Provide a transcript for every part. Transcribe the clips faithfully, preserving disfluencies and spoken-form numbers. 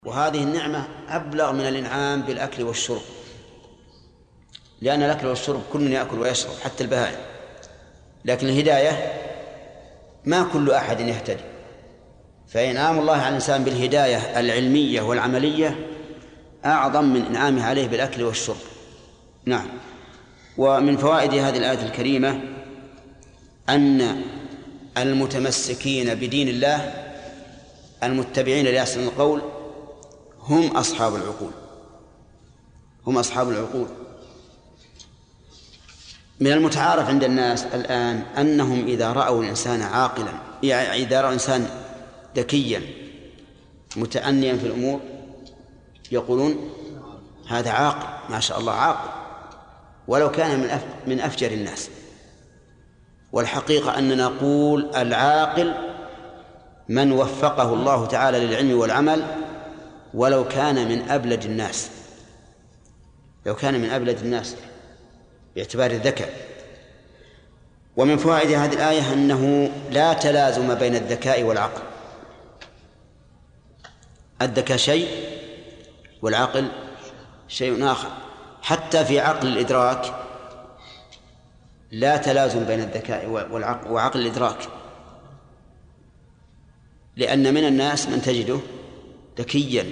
وهذه النعمة أبلغ من الإنعام بالأكل والشرب، لأن الأكل والشرب كل يأكل ويشرب حتى البهائم، لكن الهداية ما كل أحد يهتدي، فإنعام الله على الإنسان بالهداية العلمية والعملية أعظم من إنعامه عليه بالأكل والشرب. نعم. ومن فوائد هذه الآية الكريمة أن المتمسكين بدين الله المتبعين لأحسن القول هم أصحاب العقول، هم أصحاب العقول. من المتعارف عند الناس الآن أنهم إذا رأوا الإنسان عاقلا، يعني إذا رأوا إنسان ذكيا متأنيا في الأمور يقولون هذا عاقل، ما شاء الله عاقل، ولو كان من من أفجر الناس. والحقيقة أننا نقول العاقل من وفقه الله تعالى للعلم والعمل ولو كان من أبلد الناس، لو كان من أبلد الناس باعتبار الذكاء. ومن فوائد هذه الآية أنه لا تلازم بين الذكاء والعقل، الذكاء شيء والعقل شيء آخر. حتى في عقل الإدراك لا تلازم بين الذكاء والعقل وعقل الإدراك، لأن من الناس من تجده ذكيا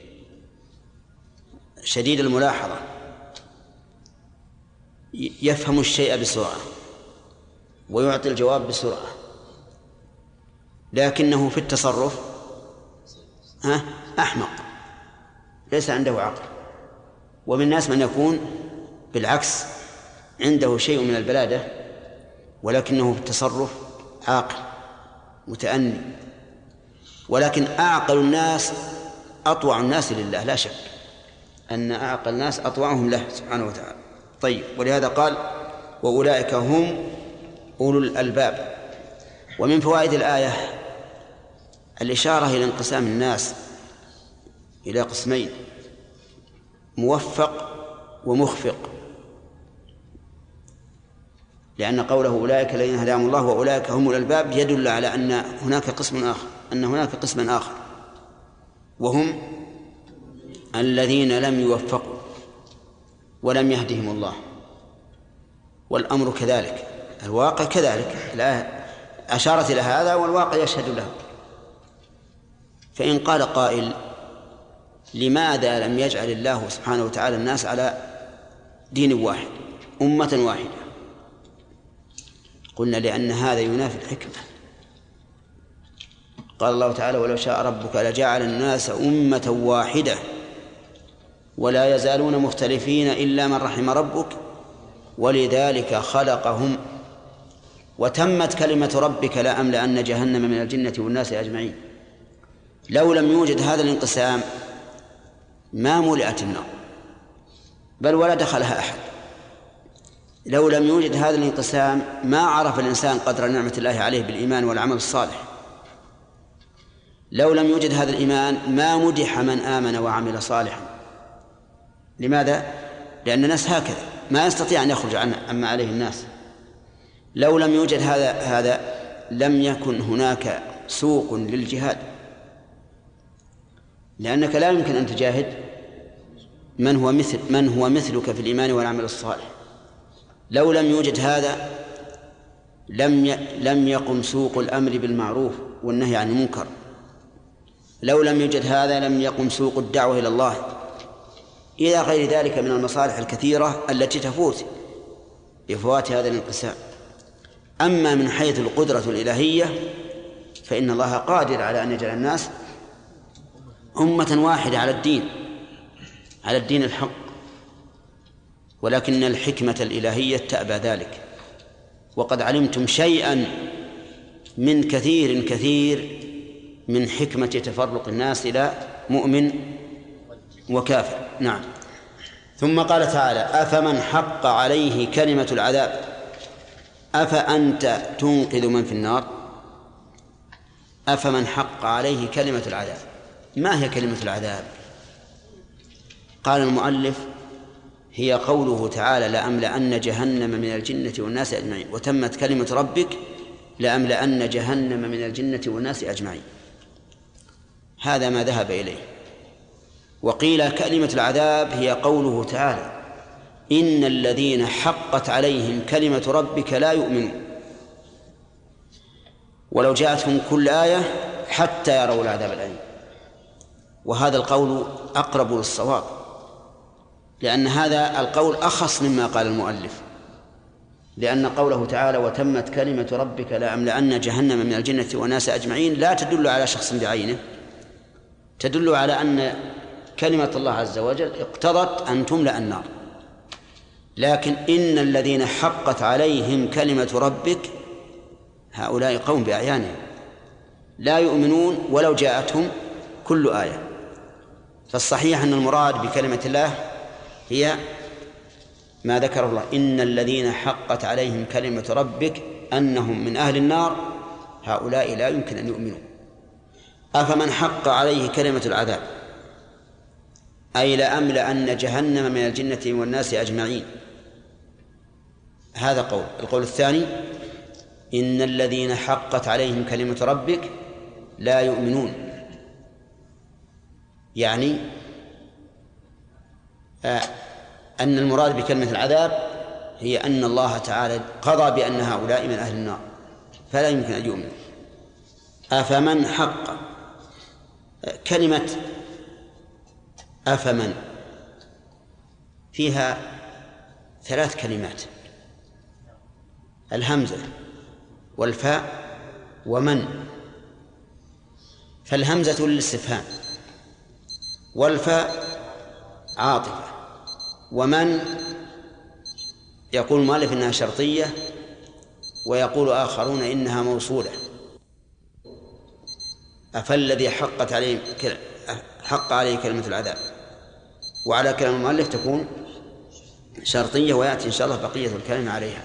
شديد الملاحظة يفهم الشيء بسرعة ويعطي الجواب بسرعة، لكنه في التصرف ها أحمق ليس عنده عقل. ومن الناس من يكون بالعكس عنده شيء من البلادة ولكنه في التصرف عاقل متأني. ولكن أعقل الناس أطوع الناس لله، لا شك أن أعقل الناس أطوعهم له سبحانه وتعالى. طيب، ولهذا قال وأولئك هم أولو الألباب. ومن فوائد الآية الإشارة إلى انقسام الناس إلى قسمين، موفق ومخفق، لأن قوله أولئك الذين هداهم الله وأولئك هم الألباب يدل على أن هناك قسم آخر، أن هناك قسما آخر وهم الذين لم يوفقوا ولم يهدهم الله. والأمر كذلك، الواقع كذلك، الآية أشارت إلى هذا والواقع يشهد له. فإن قال قائل لماذا لم يجعل الله سبحانه وتعالى الناس على دين واحد أمة واحدة؟ قلنا لأن هذا ينافي الحكمة. قال الله تعالى ولو شاء ربك لجعل الناس أمة واحدة ولا يزالون مختلفين إلا من رحم ربك ولذلك خلقهم وتمت كلمة ربك لأملأن جهنم من الجنة والناس أجمعين. لو لم يوجد هذا الانقسام ما ملئت النار بل ولا دخلها أحد. لو لم يوجد هذا الانقسام ما عرف الإنسان قدر نعمة الله عليه بالإيمان والعمل الصالح. لو لم يوجد هذا الإيمان ما مدح من آمن وعمل صالحا. لماذا؟ لأن الناس هكذا ما يستطيع أن يخرج عما عليه الناس. لو لم يوجد هذا هذا لم يكن هناك سوق للجهاد، لأنك لا يمكن أن تجاهد من هو مثل من هو مثلك في الإيمان والعمل الصالح. لو لم يوجد هذا لم لم يقم سوق الأمر بالمعروف والنهي عن المنكر. لو لم يوجد هذا لم يقم سوق الدعوة إلى الله، إلى غير ذلك من المصالح الكثيرة التي تفوت بفوات هذا الانقسام. أما من حيث القدرة الإلهية فإن الله قادر على أن يجعل الناس أمة واحدة على الدين على الدين الحق، ولكن الحكمة الإلهية تأبى ذلك. وقد علمتم شيئا من كثير كثير من حكمة تفرق الناس إلى مؤمن وكافر. نعم. ثم قال تعالى أفمن حق عليه كلمة العذاب أفأنت تنقذ من في النار. أفمن حق عليه كلمة العذاب، ما هي كلمة العذاب؟ قال المؤلف هي قوله تعالى لأملأن جهنم من الجنة والناس أجمعين وتمت كلمة ربك لأملأن جهنم من الجنة والناس أجمعين. هذا ما ذهب إليه وقيل كلمة العذاب هي قوله تعالى: إن الذين حقت عليهم كلمة ربك لا يؤمنون ولو جاءتهم كل آية حتى يروا العذاب الأليم. وهذا القول أقرب للصواب، لأن هذا القول أخص مما قال المؤلف، لأن قوله تعالى: وتمت كلمة ربك لأملأن جهنم من الجنة والناس أجمعين، لا تدل على شخص بعينه، تدل على أن كلمة الله عز وجل اقتضت أن تملأ النار. لكن إن الذين حقت عليهم كلمة ربك هؤلاء قوم بأعيانهم لا يؤمنون ولو جاءتهم كل آية. فالصحيح أن المراد بكلمة الله هي ما ذكر الله: إن الذين حقت عليهم كلمة ربك أنهم من أهل النار هؤلاء لا يمكن أن يؤمنوا. أفمن حق عليه كلمة العذاب أي لأملأن جهنم من الجنة والناس أجمعين، هذا قول. القول الثاني: إن الذين حقت عليهم كلمة ربك لا يؤمنون، يعني آه أن المراد بكلمة العذاب هي أن الله تعالى قضى بأن هؤلاء من أهل النار فلا يمكن أن يؤمنوا. أفمن حق، كلمة أفمن فيها ثلاث كلمات: الهمزة والفاء ومن. فالهمزة للاستفهام، والفاء عاطفة، ومن يقول المؤلف إنها شرطية، ويقول آخرون إنها موصولة. أفالذي حقت عليه حق عليه كلمة العذاب، وعلى كلام المؤلف تكون شرطية، ويأتي إن شاء الله بقية الكلمة عليها.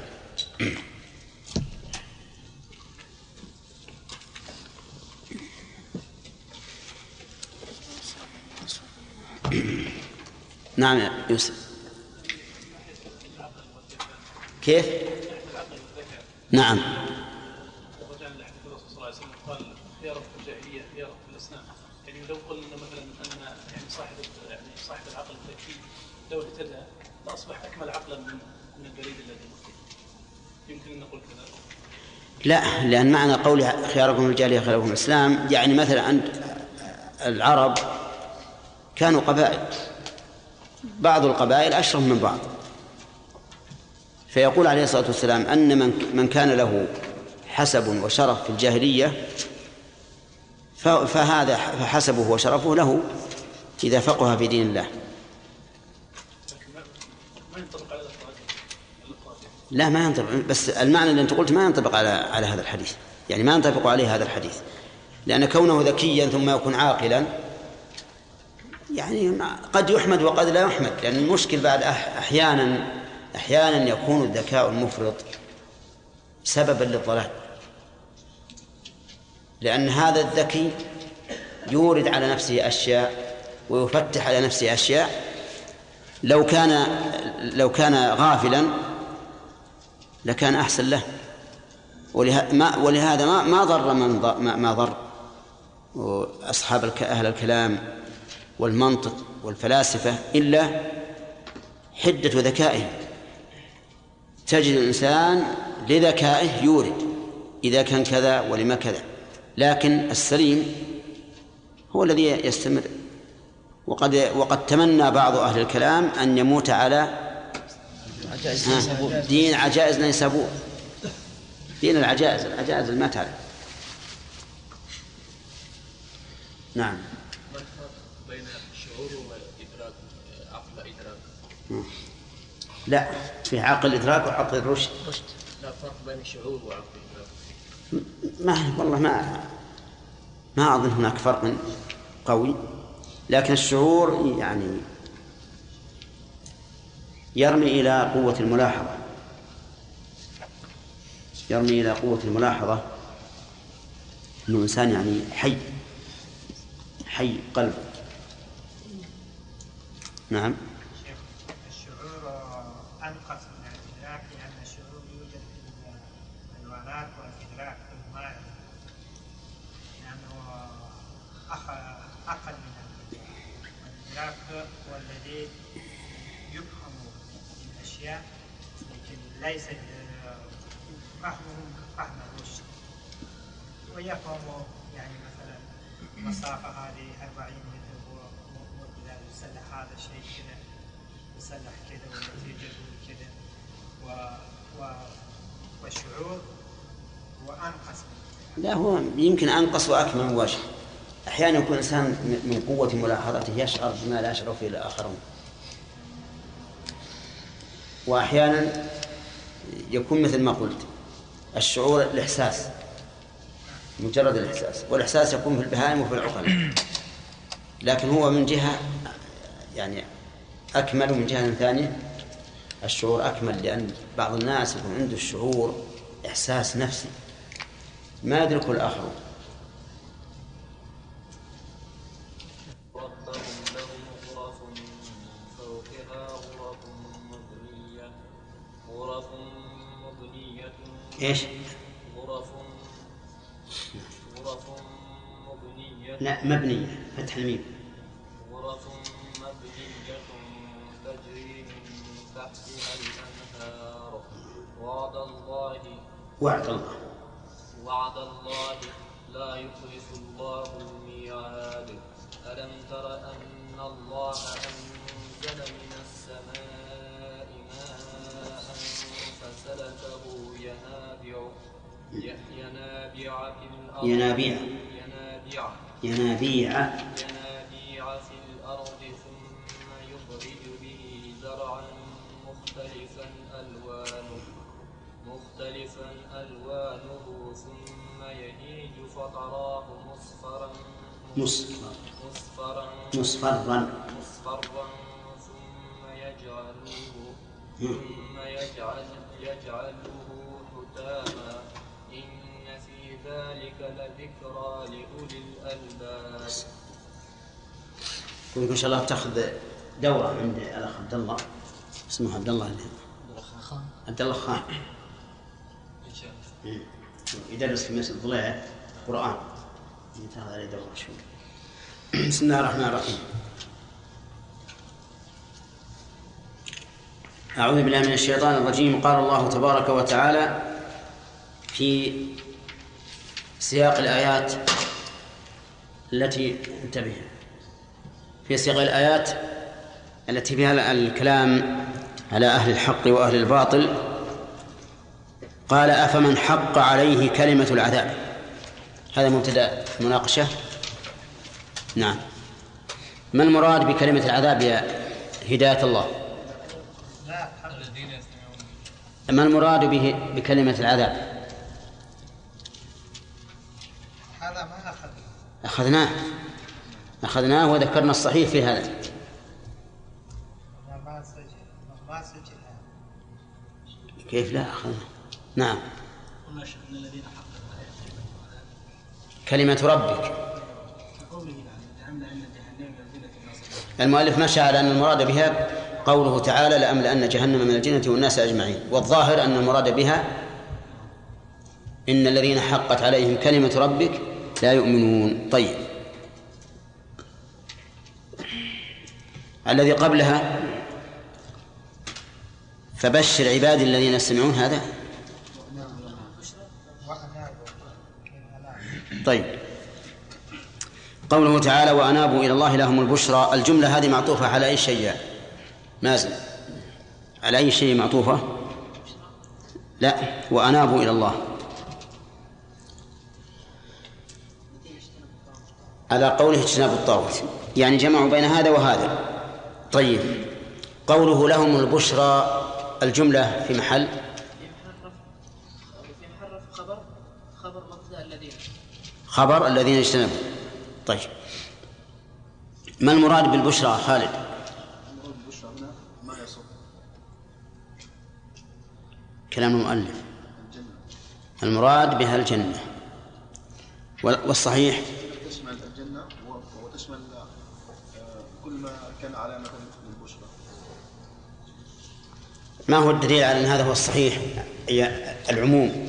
نعم يا يوسف. كيف؟ نعم. قال خيار في الجاهلية خيار في الإسلام، يعني لو قلنا مثلا أن يعني صاحب يعني صاحب العقل الذكي لو اهتدى لأصبح أكمل عقلا من من البليد الذي يمكن أن نقول كذا. لا، لأن معنى قول خياركم في الجاهلية خياركم في الإسلام يعني مثلا أنت العرب كانوا قبائل، بعض القبائل أشرف من بعض، فيقول عليه الصلاة والسلام أن من من كان له حسب وشرف في الجاهلية فهذا فحسبه وشرفه له إذا فقه في دين الله. لا ما ينطبق، بس المعنى اللي أنت قلت ما ينطبق على على هذا الحديث، يعني ما ينطبق عليه هذا الحديث، لأن كونه ذكيا ثم يكون عاقلا يعني قد يحمد وقد لا يحمد، لأن المشكل بعد أحيانا أحيانا يكون الذكاء المفرط سببا للضلال، لأن هذا الذكي يورد على نفسه أشياء ويفتح على نفسه أشياء لو كان لو كان غافلا لكان أحسن له. ولهذا ما ما ضر من ما ضر أصحاب أهل الكلام والمنطق والفلاسفة إلا حدة ذكائهم. تجد الإنسان لذكائه يورد إذا كان كذا ولما كذا، لكن السليم هو الذي يستمر. وقد وقد تمنى بعض أهل الكلام أن يموت على دين عجائز نيسابور، دين العجائز، العجائز اللي ما تعرف. نعم. بين الشعور والإدراك، عقل إدراك. لا، في عقل إدراك وعقل الرشد. لا فرق بين الشعور وعقل الإدراك. ما والله ما ما أظن هناك فرق قوي، لكن الشعور يعني يرمي إلى قوة الملاحظة، يرمي إلى قوة الملاحظة إنه إنسان يعني حي حي قلب. نعم. الشعور أنقص من الإدراك، لأن الشعور يوجد في الحيوانات والإدراك في الماء، لأنه أقل من الإدراك هو الذي يفهم الأشياء لكن ليس فهمه فهم الرشد، ويفهم يعني مثلا مسافة هذه أربعين متر وإذا يصلح هذا الشيء كذا يصلح كذا والنتيجة كذا و... و... والشعور هو أنقص. لا، هو يمكن أنقص وأكمل من وجه. أحيانا يكون الإنسان من قوة ملاحظته يشعر بما لا يشعر فيه الآخرون، وأحيانا يكون مثل ما قلت الشعور الإحساس، مجرد الإحساس، والإحساس يكون في البهائم وفي العقل، لكن هو من جهة يعني أكمل، ومن جهة ثانية الشعور أكمل، لأن بعض الناس يكون عنده الشعور إحساس نفسي ما يدركه الآخرون. إيش؟ غرف غرف مبنية. لا، مبنية، فتح الميم. غرف مبنية تجري من تحتها الأنهار. وعد الله وعد الله وعد الله لا يخلف الله الميعاد. ألم تر أن الله أنزل من السماء ماء فسلكه ينابيع ينابيع في الأرض ينابيع ينابيع ينابيع ينابيع في الأرض ثم يخرج به زرعا مختلفا ألوانه مختلفا ألوانه ثم يهيج فتراه مصفرا مصفرا مصفرا مصفرا مصفرا ثم يجعله ثم يجعل يجعله حتاما. إن في ذلك لذكرى لأولي الألباب. يقول إن شاء الله تأخذ دورة عند الأخ عبد الله، اسمه عبد الله عبد الله خان، يدرس في مسجد ضليع قرآن، يتأخذ عليه دورة شوي. بسم الله الرحمن الرحيم. أعوذ بالله من الشيطان الرجيم. قال الله تبارك وتعالى في سياق الآيات التي انتبه في سياق الآيات التي فيها الكلام على أهل الحق وأهل الباطل، قال أفمن حق عليه كلمة العذاب. هذا مبتدأ مناقشة. نعم، ما المراد بكلمة العذاب يا هداية الله؟ ما المراد به بكلمة العذاب؟ هذا ما أخذ أخذناه أخذناه وذكرنا الصحيح في هذا. ما سجل ما سجل. كيف لا أخذنا؟ نعم. كلمة ربك، المؤلف مشى على أن المراد بها قوله تعالى لأملأن جهنم من الجنة والناس أجمعين، والظاهر أن المراد بها إن الذين حقت عليهم كلمة ربك لا يؤمنون. طيب، الذي قبلها فبشر عبادي الذين يستمعون، هذا طيب. قوله تعالى وأنابوا إلى الله لهم البشرى، الجملة هذه معطوفة على أي شيء مازن؟ على أي شيء معطوفة؟ لا، وأنابوا إلى الله على قوله اجتناب الطاغوت، يعني جمعوا بين هذا وهذا. طيب، قوله لهم البشرى الجملة في محل في محل خبر خبر مبتدأ الذين خبر الذين اجتنبوا. طيب، ما المراد بالبشرى خالد؟ البشرى هنا ما يصف كلام المؤلف، المراد بها الجنة، والصحيح تشمل الجنة وتشمل كل ما كان علامة للبشرى. ما هو الدليل على أن هذا هو الصحيح؟ هي العموم.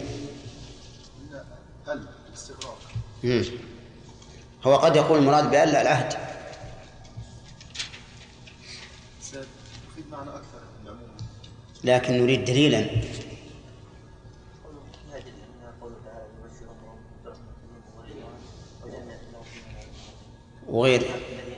هل الاستغراق. هو قد يقول المراد بألا العهد، يفيد معنى أكثر من العموم، لكن نريد دليلا. وغير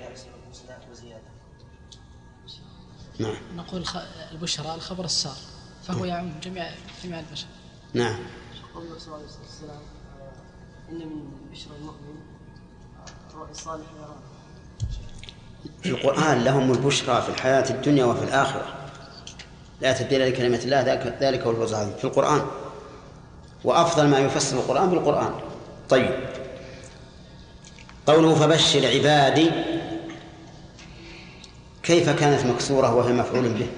نعم. نقول البشرى الخبر السار فهو يعم جميع جميع البشر. نعم. قول الله صلى الله عليه وسلم إن من بشرى المؤمن رؤيا الصالح يراه. في القرآن لهم البشرى في الحياة الدنيا وفي الآخرة، لا تبديل لكلمة الله، ذلك هو الفوز العظيم في القرآن، وأفضل ما يفسر القرآن بالقرآن. طيب، قوله فبشر عبادي كيف كانت مكسورة وهي مفعول به؟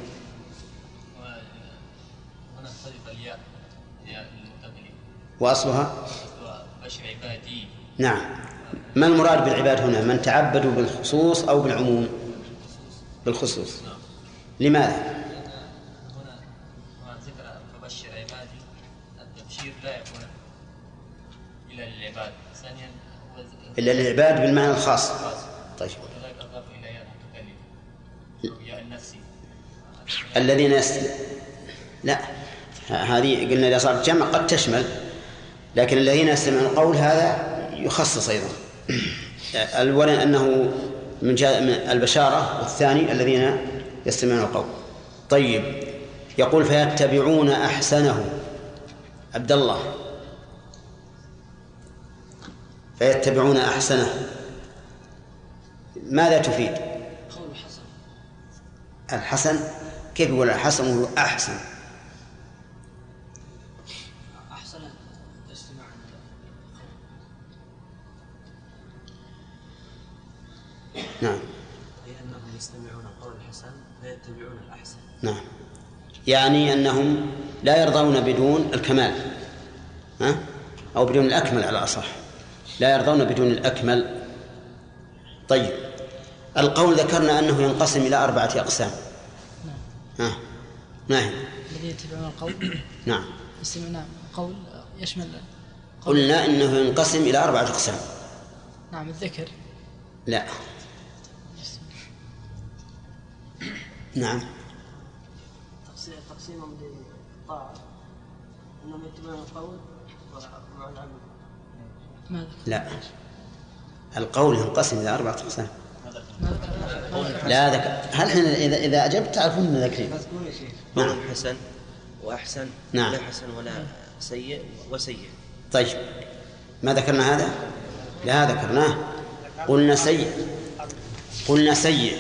وأصلها بشر عبادي. نعم. ما المراد بالعباد هنا؟ من تعبدوا بالخصوص أو بالعموم؟ بالخصوص. لماذا؟ هنا ذكر فبشر عبادي، التبشير لا يكون إلا للعباد. ثانيا إلا للعباد بالمعنى الخاص. طيب. وكذلك أضاف إلى ياء المتكلم أو ياء النفسي الذين يست... لا، هذه قلنا إذا صارت جمع قد تشمل، لكن الذين يستمعون القول هذا يخصص أيضا. الأول أنه من البشارة، والثاني الذين يستمعون القول. طيب، يقول فيتبعون أحسنه. عبد الله، فيتبعون أحسنه ماذا تفيد؟ قول الحسن. الحسن كيف يقول الحسن وهو أحسن؟ أحسن الاستماع نعم. لأنهم يستمعون القول الحسن فيتبعون الأحسن. نعم، يعني أنهم لا يرضون بدون الكمال، ها؟ أو بدون الأكمل على أصح، لا يرضون بدون الأكمل. طيب، القول ذكرنا أنه ينقسم إلى أربعة أقسام. ها، ما هي؟ الذين يتبعون القول. نعم. يستمعون قول يشمل قول. قلنا إنه ينقسم إلى أربعة أقسام. نعم. الذكر. لا. نعم. تقسيمهم للطاعة أنهم يتبعون القول مع العمل. ماذا؟ لا، القول ينقسم إلى أربعة أقسام. لا ذكر. هل حين إذا إذا أجبت تعرفون من ذكرين؟ نعم. حسن وأحسن. نعم. لا حسن ولا سيء وسيء. طيب، ما ذكرنا هذا؟ لا ذكرناه. قلنا سيء، قلنا سيء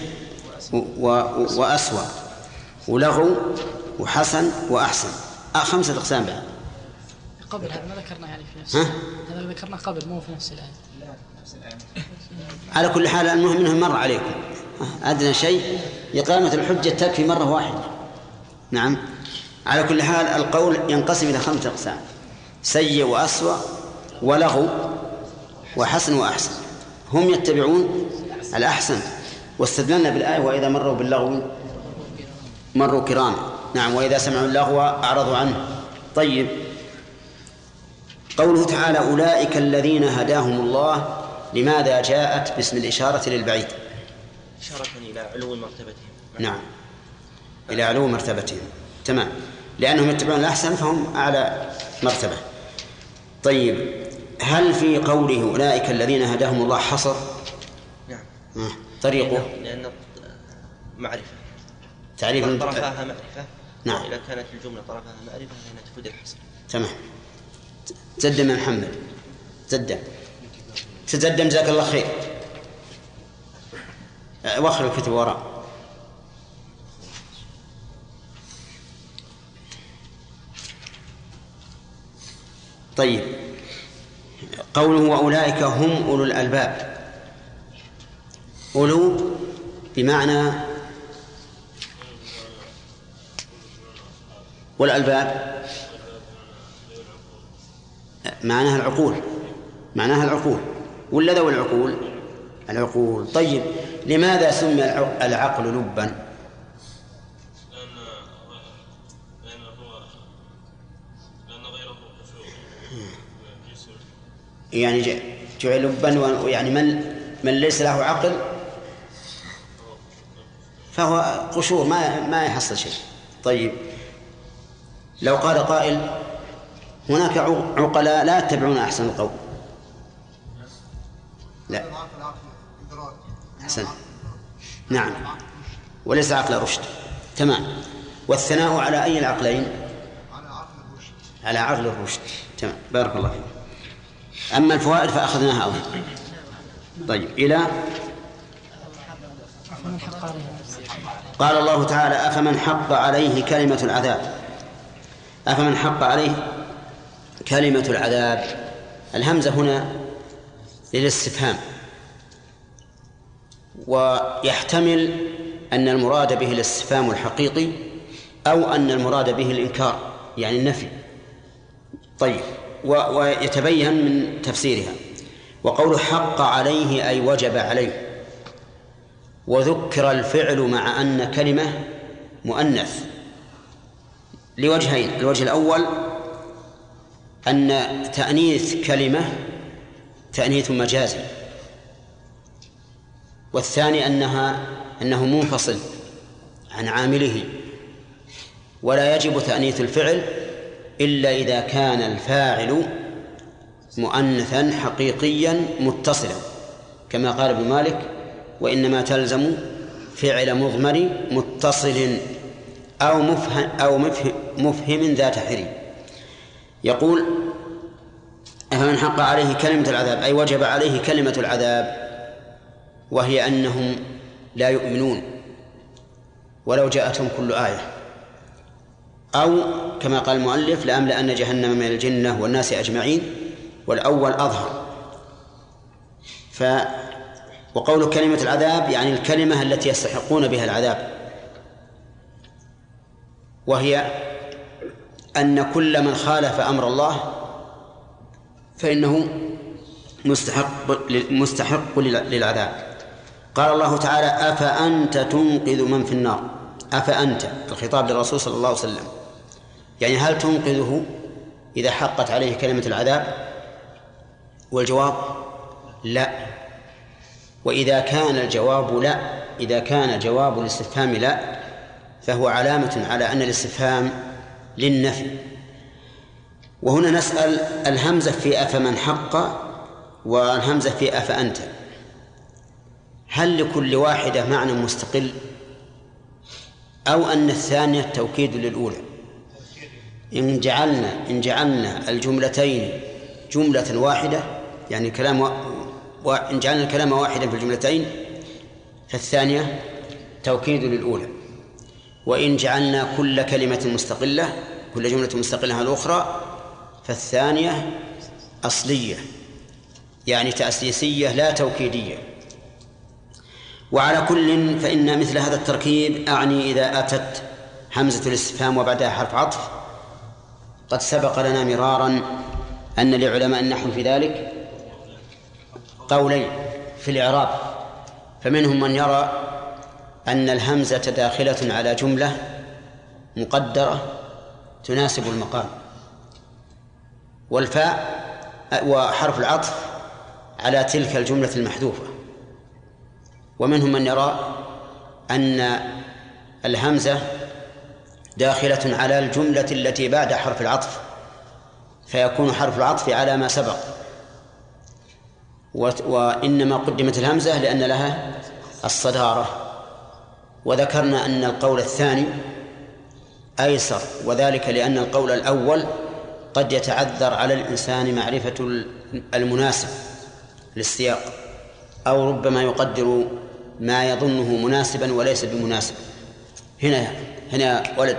وأسوأ ولغو وحسن وأحسن. آه خمسة أقسام بعد. قبل هذا ما ذكرنا يعني في نفس هذا ذكرنا قبل، مو في نفس الآية. على كل حال المهم أنه مر عليكم. أدنى شيء إقامة الحجة تكفي مرة واحدة. نعم. على كل حال القول ينقسم إلى خمسة أقسام: سيء وأسوأ ولغو وحسن وأحسن. هم يتبعون الأحسن، واستدلنا بالآية وإذا مروا باللغو مروا كراما. نعم. وإذا سمعوا اللغو أعرضوا عنه. طيب، قوله تعالى أولئك الذين هداهم الله، لماذا جاءت باسم الإشارة للبعيد؟ إشارة إلى علو مرتبتهم. نعم، إلى علو مرتبتهم. تمام، لأنهم يتبعون الأحسن فهم أعلى مرتبة. طيب، هل في قوله أولئك الذين هداهم الله حصر؟ نعم. آه. طريقه؟ لأن معرفة، تعريف طرفها معرفة. نعم. إذا كانت الجملة طرفها معرفة فإنها تفيد الحصر. تمام. تزدم من محمد، تزدم تزدم جزاك الله خير. وخر الكتب وراء. طيب، قوله وأولئك هم أولو الألباب. أولو بمعنى والألباب معناها العقول، معناها العقول ولا ذوي العقول؟ العقول. طيب، لماذا سمي العقل لبا؟ يعني جعل لبا، ويعني من من ليس له عقل فهو قشور ما ما يحصل شيء. طيب لو قال قائل هناك عقلاء لا يتبعون أحسن القول. لا أحسن نعم وليس عقل رشد. تمام. والثناء على أي العقلين؟ على عقل الرشد. تمام بارك الله فيك. أما الفوائد فأخذناها أولا. طيب إلى قال الله تعالى أفمن حق عليه كلمة العذاب. أفمن حق عليه كلمة العذاب، الهمزة هنا للاستفهام، ويحتمل أن المراد به الاستفهام الحقيقي أو أن المراد به الإنكار يعني النفي. طيب ويتبين من تفسيرها. وقول حق عليه أي وجب عليه، وذكر الفعل مع أن كلمة مؤنث لوجهين. الوجه الأول أن تأنيث كلمة تأنيث مجازي، والثاني أنها أنه منفصل عن عامله، ولا يجب تأنيث الفعل إلا إذا كان الفاعل مؤنثا حقيقيا متصلا، كما قال ابن مالك وإنما تلزم فعل مضمر متصل أو مفهم أو مفهم, مفهم ذات حري. يقول أفمن حق عليه كلمة العذاب أي وجب عليه كلمة العذاب، وهي أنهم لا يؤمنون ولو جاءتهم كل آية، أو كما قال المؤلف لأملأن جهنم من الجنة والناس أجمعين، والأول أظهر. ف وقول كلمة العذاب يعني الكلمة التي يستحقون بها العذاب، وهي أن كل من خالف أمر الله فإنه مستحق مستحق للعذاب. قال الله تعالى أفأنت تنقذ من في النار. أفأنت الخطاب للرسول صلى الله عليه وسلم، يعني هل تنقذه إذا حقت عليه كلمة العذاب؟ والجواب لا. وإذا كان الجواب لا، إذا كان جواب الاستفهام لا، فهو علامة على أن الاستفهام للنفي. وهنا نسأل الهمزة في أفمن حق والهمزة في أفأنت، هل لكل واحدة معنى مستقل أو أن الثانية توكيد للأولى؟ إن جعلنا إن جعلنا الجملتين جملة واحدة، يعني كلام و... وإن جعلنا الكلام واحدا في الجملتين فالثانية توكيد للأولى. وإن جعلنا كل كلمة مستقلة كل جملة مستقلة على الأخرى فالثانية أصلية، يعني تأسيسية لا توكيدية. وعلى كل فإن مثل هذا التركيب أعني إذا أتت همزة الاستفهام وبعدها حرف عطف. قد سبق لنا مرارا أن لعلماء النحو في ذلك قولين في الإعراب، فمنهم من يرى أن الهمزة داخلة على جملة مقدرة تناسب المقام، والفاء وحرف العطف على تلك الجملة المحذوفة. ومنهم من يرى أن الهمزة داخلة على الجملة التي بعد حرف العطف، فيكون حرف العطف على ما سبق، وإنما قدمت الهمزة لأن لها الصدارة. وذكرنا أن القول الثاني أيسر، وذلك لأن القول الأول قد يتعذر على الإنسان معرفة المناسب للسياق، أو ربما يقدر ما يظنه مناسبا وليس بمناسب. هنا هنا ولد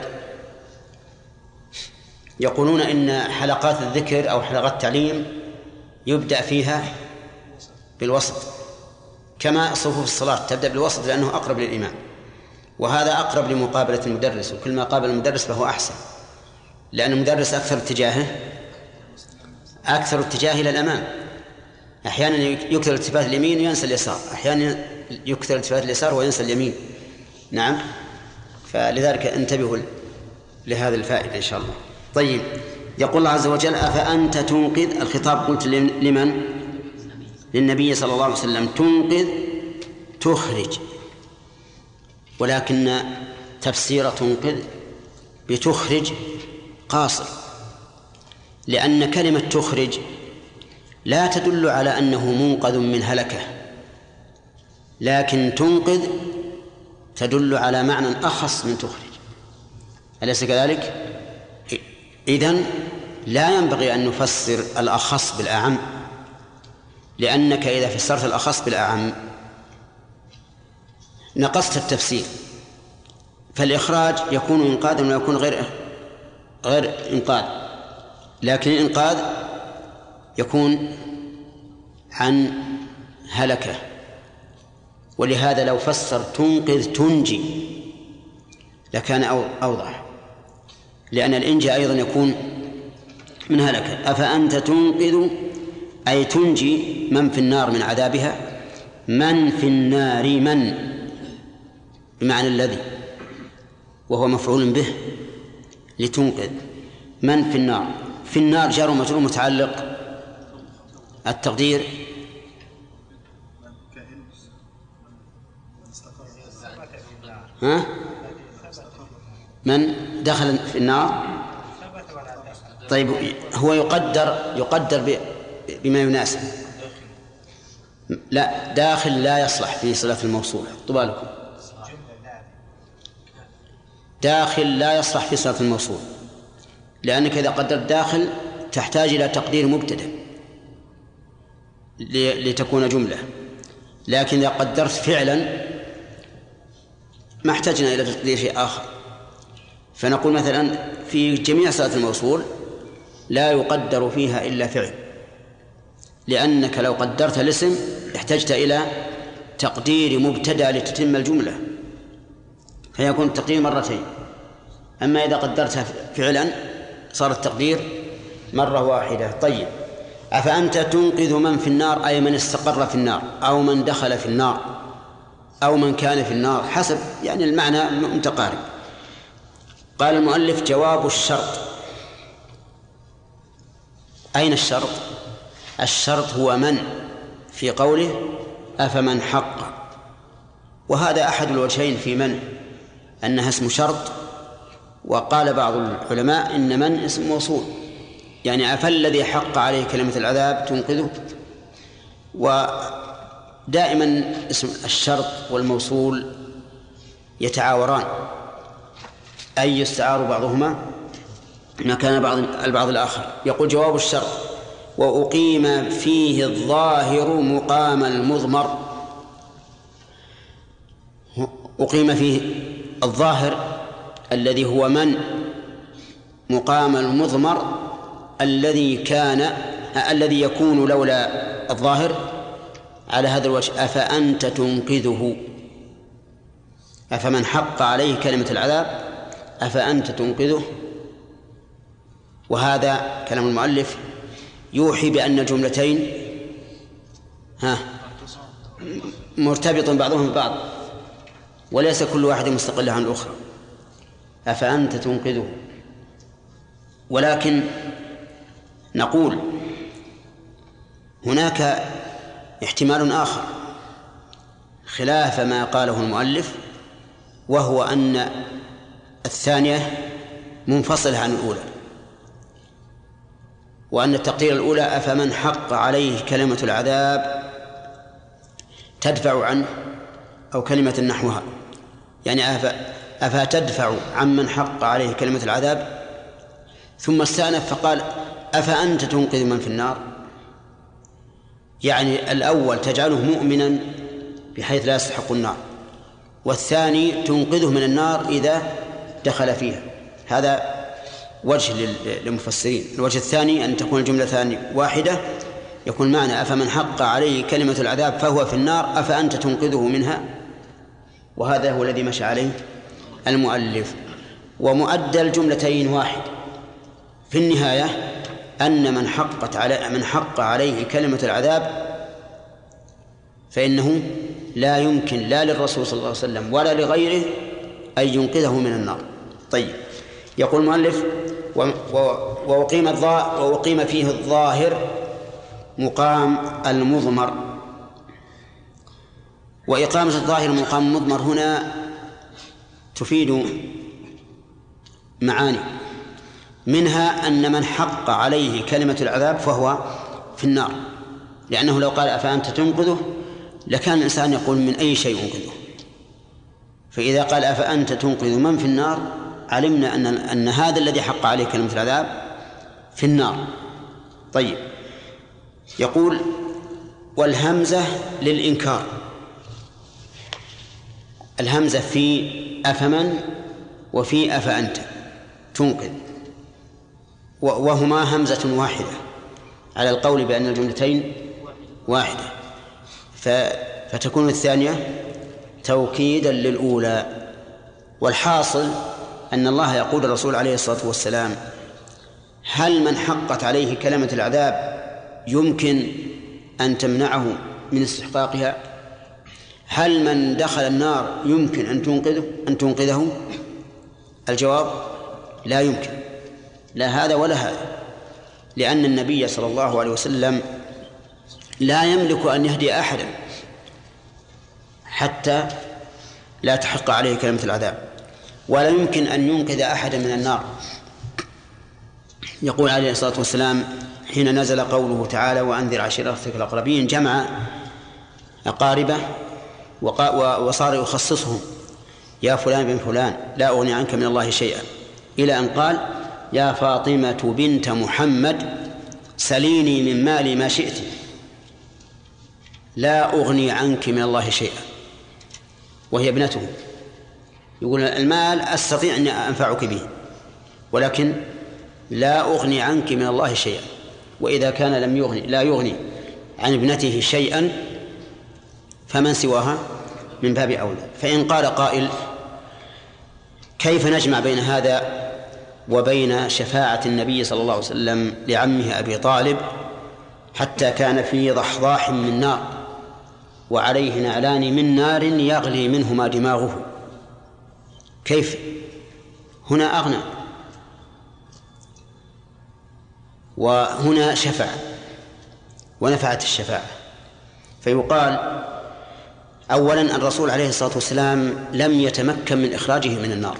يقولون إن حلقات الذكر أو حلقات التعليم يبدأ فيها بالوسط، كما صفوف الصلاة تبدأ بالوسط لأنه أقرب للإمام، وهذا أقرب لمقابلة المدرس، وكل ما قابل المدرس فهو أحسن، لأن المدرس أكثر اتجاهه أكثر اتجاه إلى الأمام. أحيانا يكثر الالتفات اليمين وينسى اليسار، أحيانا يكثر الالتفات اليسار وينسى اليمين. نعم، فلذلك انتبهوا لهذه الفائدة إن شاء الله. طيب، يقول الله عز وجل أفأنت تنقذ. الخطاب قلت لمن؟ للنبي صلى الله عليه وسلم. تنقذ تخرج، ولكن تفسير تنقذ بتخرج قاصر، لأن كلمة تخرج لا تدل على أنه منقذ من هلكة، لكن تنقذ تدل على معنى أخص من تخرج، أليس كذلك؟ إذن لا ينبغي أن نفسر الأخص بالأعم، لأنك إذا فسرت الأخص بالأعم نقصت التفسير، فالإخراج يكون إنقاذا ولا يكون غير غير إنقاذ، لكن الإنقاذ يكون عن هلكة. ولهذا لو فسر تنقذ تنجي لكان أوضح، لأن الإنجاء أيضا يكون من هلكة. أفأنت تنقذ أي تنجي من في النار من عذابها، من في النار من بمعنى الذي، وهو مفعول به لتنقذ. من في النار، في النار جار ومجرور متعلق التقدير ها؟ من دخل في النار. طيب هو يقدر يقدر بما يناسب. لا، داخل لا يصلح في صلة الموصول، طبعا لكم داخل لا يصلح في صلة الموصول، لأنك إذا قدرت داخل تحتاج إلى تقدير مبتدأ لتكون جملة، لكن إذا قدرت فعلا ما احتاجنا إلى تقدير شيء آخر. فنقول مثلا في جميع صلة الموصول لا يقدر فيها إلا فعل، لأنك لو قدرت الاسم احتجت إلى تقدير مبتدأ لتتم الجملة، فيكون التقدير مرتين. أما إذا قدرتها فعلا صار التقدير مرة واحدة. طيب، أفأنت تنقذ من في النار أي من استقر في النار أو من دخل في النار أو من كان في النار، حسب يعني المعنى متقارب. قال المؤلف جواب الشرط. أين الشرط؟ الشرط هو من في قوله أفمن حق، وهذا أحد الوجهين في من، أنها اسم شرط، وقال بعض العلماء إن من اسم موصول، يعني أفالذي حق عليه كلمة العذاب تنقذه. ودائما اسم الشرط والموصول يتعاوران، أي يستعار بعضهما مكان بعض البعض الآخر. يقول جواب الشرط وأقيم فيه الظاهر مقام المضمر. أقيم فيه الظاهر الذي هو من مقام المضمر الذي كان الذي يكون لولا الظاهر على هذا الوجه. أفأنت تنقذه، أفمن حق عليه كلمة العذاب أفأنت تنقذه. وهذا كلام المؤلف يوحي بأن الجملتين ها مرتبط بعضهم ببعض، وليس كل واحد مستقل عن الأخرى. أفأنت تنقذه. ولكن نقول هناك احتمال آخر خلاف ما قاله المؤلف، وهو أن الثانية منفصلة عن الأولى، وأن التقدير الأولى أفمن حق عليه كلمة العذاب تدفع عنه أو كلمة نحوها، يعني أفا تدفع عمن حق عليه كلمة العذاب. ثم استأنف فقال أفأنت تنقذ من في النار، يعني الأول تجعله مؤمنا بحيث لا يستحق النار، والثاني تنقذه من النار إذا دخل فيها. هذا وجه للمفسرين. الوجه الثاني أن تكون الجملة ثانية واحدة، يكون معنى أفمن حق عليه كلمة العذاب فهو في النار أفأنت تنقذه منها، وهذا هو الذي مشى عليه المؤلف. ومؤدى الجملتين واحد في النهاية، أن من حقت على من حق عليه كلمة العذاب فإنه لا يمكن لا للرسول صلى الله عليه وسلم ولا لغيره أن ينقذه من النار. طيب، يقول المؤلف وأقيم وأقيم فيه الظاهر مقام المضمر. وإقامة الظاهر مقام المضمر هنا تفيد معاني، منها أن من حق عليه كلمة العذاب فهو في النار، لأنه لو قال أفأنت تنقذه لكان الإنسان يقول من أي شيء أنقذه، فإذا قال أفأنت تنقذ من في النار علمنا أن أن هذا الذي حق عليه كلمة العذاب في النار. طيب، يقول والهمزة للإنكار، الهمزة في أفمن وفي أفأنت تنقذ، وهما همزة واحدة على القول بأن الجملتين واحدة، فتكون الثانية توكيدا للأولى. والحاصل أن الله يقول الرسول عليه الصلاة والسلام هل من حقت عليه كلمة العذاب يمكن أن تمنعه من استحقاقها؟ هل من دخل النار يمكن أن تنقذه أن تنقذه؟ الجواب لا يمكن، لا هذا ولا هذا، لأن النبي صلى الله عليه وسلم لا يملك أن يهدي أحدا حتى لا تحق عليه كلمة العذاب، ولا يمكن أن ينقذ أحدا من النار. يقول عليه الصلاة والسلام حين نزل قوله تعالى وأنذر عشيرتك الأقربين جمع أقاربه وصار يخصصهم يا فلان بن فلان لا أغني عنك من الله شيئا، إلى أن قال يا فاطمة بنت محمد سليني من مالي ما شئت لا أغني عنك من الله شيئا، وهي ابنته. يقول المال أستطيع أن أنفعك به ولكن لا أغني عنك من الله شيئا، وإذا كان لم يغني لا يغني عن ابنته شيئا فمن سواها من باب أولى. فإن قال قائل كيف نجمع بين هذا وبين شفاعة النبي صلى الله عليه وسلم لعمه أبي طالب حتى كان في ضحضاح من نار وعليه نعلان من نار يغلي منهما دماغه، كيف هنا أغنى وهنا شفع ونفعت الشفاعة؟ فيقال أولا الرسول عليه الصلاة والسلام لم يتمكن من إخراجه من النار،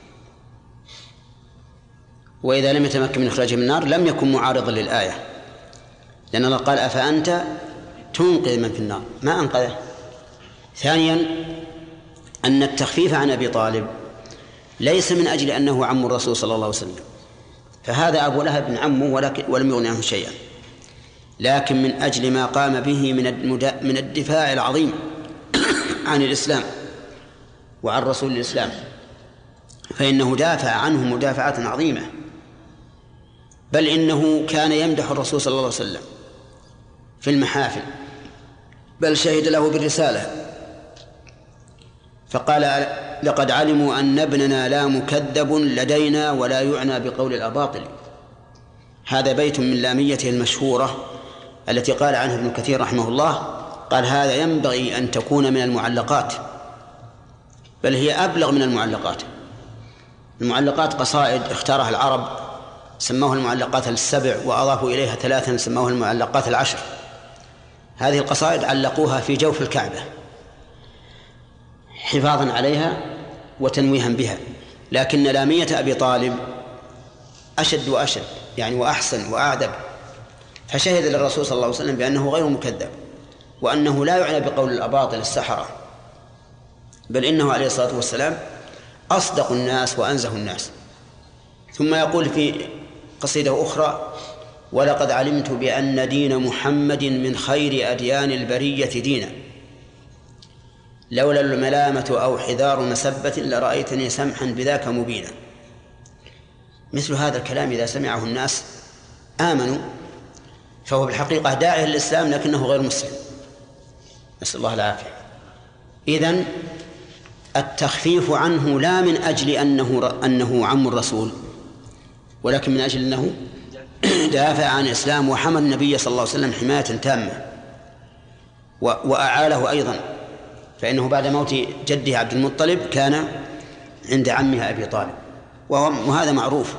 وإذا لم يتمكن من إخراجه من النار لم يكن معارضا للآية، لأن الله قال أفأنت تنقذ من في النار ما أنقذه. ثانيا أن التخفيف عن أبي طالب ليس من أجل أنه عم الرسول صلى الله عليه وسلم، فهذا أبو لهب بن عمه ولم يغن عنه شيئا، لكن من أجل ما قام به من الدفاع العظيم عن الإسلام وعن رسول الإسلام، فإنه دافع عنه مدافعة عظيمة، بل إنه كان يمدح الرسول صلى الله عليه وسلم في المحافل، بل شهد له بالرسالة فقال لقد علموا أن ابننا لا مكذب لدينا ولا يعنى بقول الأباطل. هذا بيت من لاميته المشهورة التي قال عنها ابن كثير رحمه الله، قال هذا ينبغي أن تكون من المعلقات، بل هي أبلغ من المعلقات. المعلقات قصائد اختارها العرب سموها المعلقات السبع وأضافوا إليها ثلاثا سموها المعلقات العشر. هذه القصائد علقوها في جوف الكعبة حفاظا عليها وتنويها بها، لكن لامية أبي طالب أشد وأشد يعني وأحسن وأعذب، فشهد للرسول صلى الله عليه وسلم بأنه غير مكذب وأنه لا يعنى بقول الأباطل السحرة، بل إنه عليه الصلاة والسلام أصدق الناس وأنزه الناس. ثم يقول في قصيدة أخرى ولقد علمت بأن دين محمد من خير أديان البرية دينا لولا الملامة أو حذار مسبة لرأيتني سمحا بذاك مبينا. مثل هذا الكلام إذا سمعه الناس آمنوا، فهو بالحقيقة داعي للإسلام لكنه غير مسلم، نسأل الله العافية. إذن التخفيف عنه لا من أجل أنه, أنه عم الرسول، ولكن من أجل أنه دافع عن الإسلام وحمى النبي صلى الله عليه وسلم حماية تامة وأعاله أيضا، فإنه بعد موت جده عبد المطلب كان عند عمه أبي طالب وهذا معروف.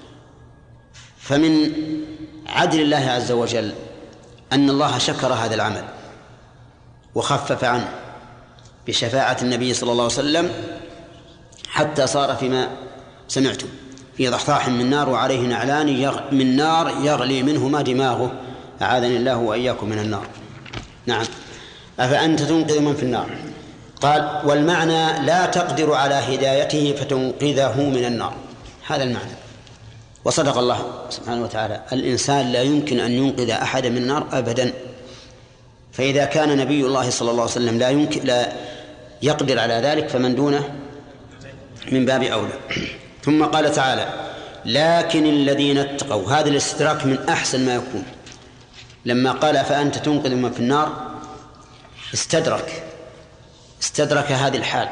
فمن عدل الله عز وجل أن الله شكر هذا العمل وخفف عنه بشفاعة النبي صلى الله عليه وسلم حتى صار فيما سمعتم في ضحضاح من نار وعليه نعلان يغ... من نار يغلي منهما دماغه، أعاذني الله وإياكم من النار. نعم. أفأنت تنقذ من في النار؟ قال والمعنى لا تقدر على هدايته فتنقذه من النار، هذا المعنى. وصدق الله سبحانه وتعالى، الإنسان لا يمكن أن ينقذ أحد من النار أبدا، فإذا كان نبي الله صلى الله عليه وسلم لا يمكن لا يقدر على ذلك فمن دونه من باب أولى. ثم قال تعالى لكن الذين اتقوا، هذا الاستدراك من أحسن ما يكون. لما قال فأنت تنقذ من في النار استدرك استدرك هذه الحال،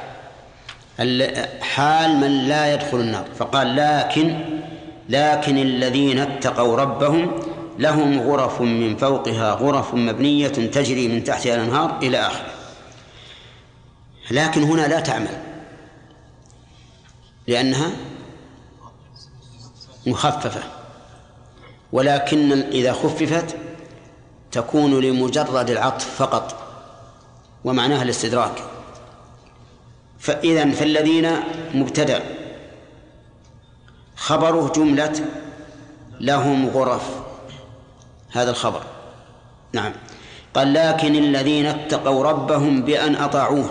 حال من لا يدخل النار، فقال لكن لكن الذين اتقوا ربهم لهم غرف من فوقها غرف مبنية تجري من تحتها الأنهار إلى آخره. لكن هنا لا تعمل لأنها مخففة، ولكن إذا خففت تكون لمجرد العطف فقط ومعناها الاستدراك. فإذن فالذين مبتدأ خبره جملة لهم غرف، هذا الخبر. نعم. قال لكن الذين اتقوا ربهم بأن أطاعوه.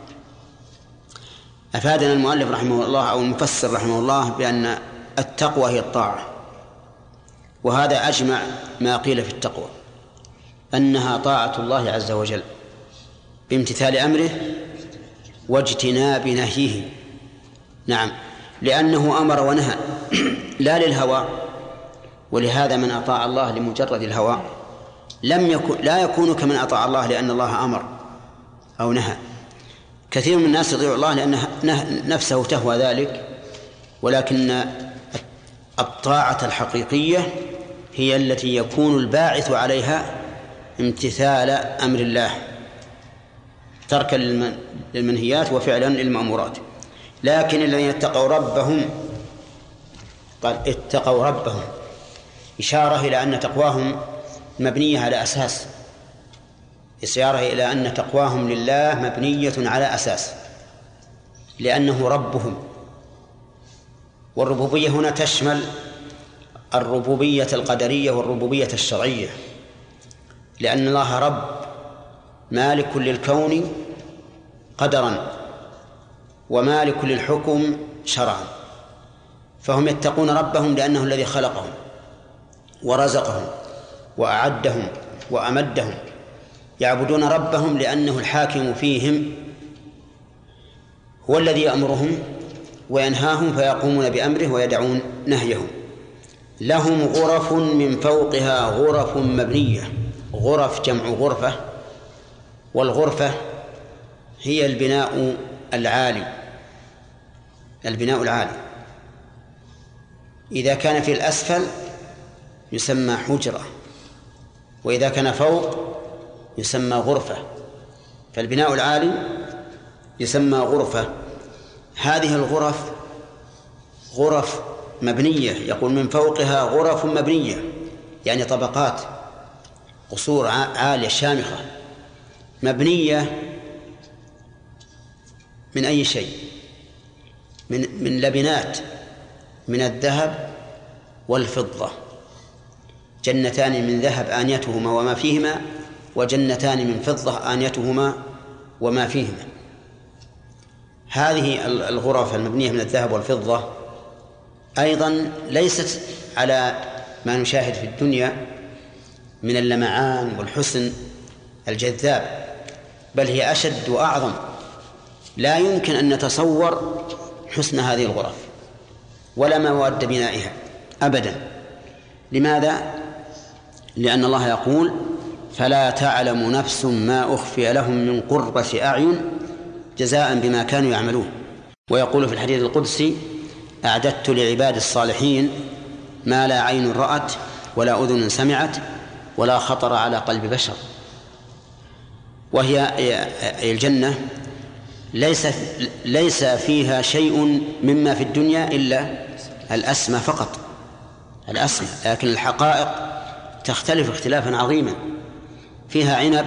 أفادنا المؤلف رحمه الله أو المفسر رحمه الله بأن التقوى هي الطاعة، وهذا أجمع ما قيل في التقوى، أنها طاعة الله عز وجل بامتثال أمره واجتناب نهيه. نعم، لأنه أمر ونهى لا للهوى، ولهذا من أطاع الله لمجرد الهوى لم يكن لا يكون كمن أطاع الله لأن الله أمر أو نهى. كثير من الناس يطيع الله لأن نفسه تهوى ذلك، ولكن الطاعة الحقيقية هي التي يكون الباعث عليها امتثال أمر الله، تركا للمنهيات وفعلا للمأمورات. لكن الذين اتقوا ربهم، قال اتقوا ربهم، إشارة إلى أن تقواهم مبنية على أساس، إشارة إلى أن تقواهم لله مبنية على أساس، لأنه ربهم. والربوبية هنا تشمل الربوبية القدرية والربوبية الشرعية، لأن الله رب مالك للكون قدرا ومالك للحكم شرعا، فهم يتقون ربهم لأنه الذي خلقهم ورزقهم وأعدهم وأمدهم، يعبدون ربهم لأنه الحاكم فيهم، هو الذي يأمرهم وينهاهم فيقومون بأمره ويدعون نهيه. لهم غرف من فوقها غرف مبنية، غرف جمع غرفة، والغرفة هي البناء العالي، البناء العالي. إذا كان في الأسفل يسمى حجرة، وإذا كان فوق يسمى غرفة، فالبناء العالي يسمى غرفة. هذه الغرف غرف مبنية، يقول من فوقها غرف مبنية، يعني طبقات، قصور عالية شامخة مبنية من أي شيء؟ من من لبنات من الذهب والفضة، جنتان من ذهب آنيتهما وما فيهما، وجنتان من فضة آنيتهما وما فيهما. هذه الغرف المبنية من الذهب والفضة أيضا ليست على ما نشاهد في الدنيا من اللمعان والحسن الجذاب، بل هي أشد وأعظم. لا يمكن أن نتصور حسن هذه الغرف ولا مواد بنائها أبدا. لماذا؟ لأن الله يقول فلا تعلم نفس ما أخفي لهم من قرة أعين جزاء بما كانوا يعملون. ويقول في الحديث القدسي أعددت لعباد الصالحين ما لا عين رأت ولا أذن سمعت ولا خطر على قلب بشر. وهي الجنة ليس ليس فيها شيء مما في الدنيا إلا الأسمى فقط، الأسمى، لكن الحقائق تختلف اختلافا عظيما. فيها عنب،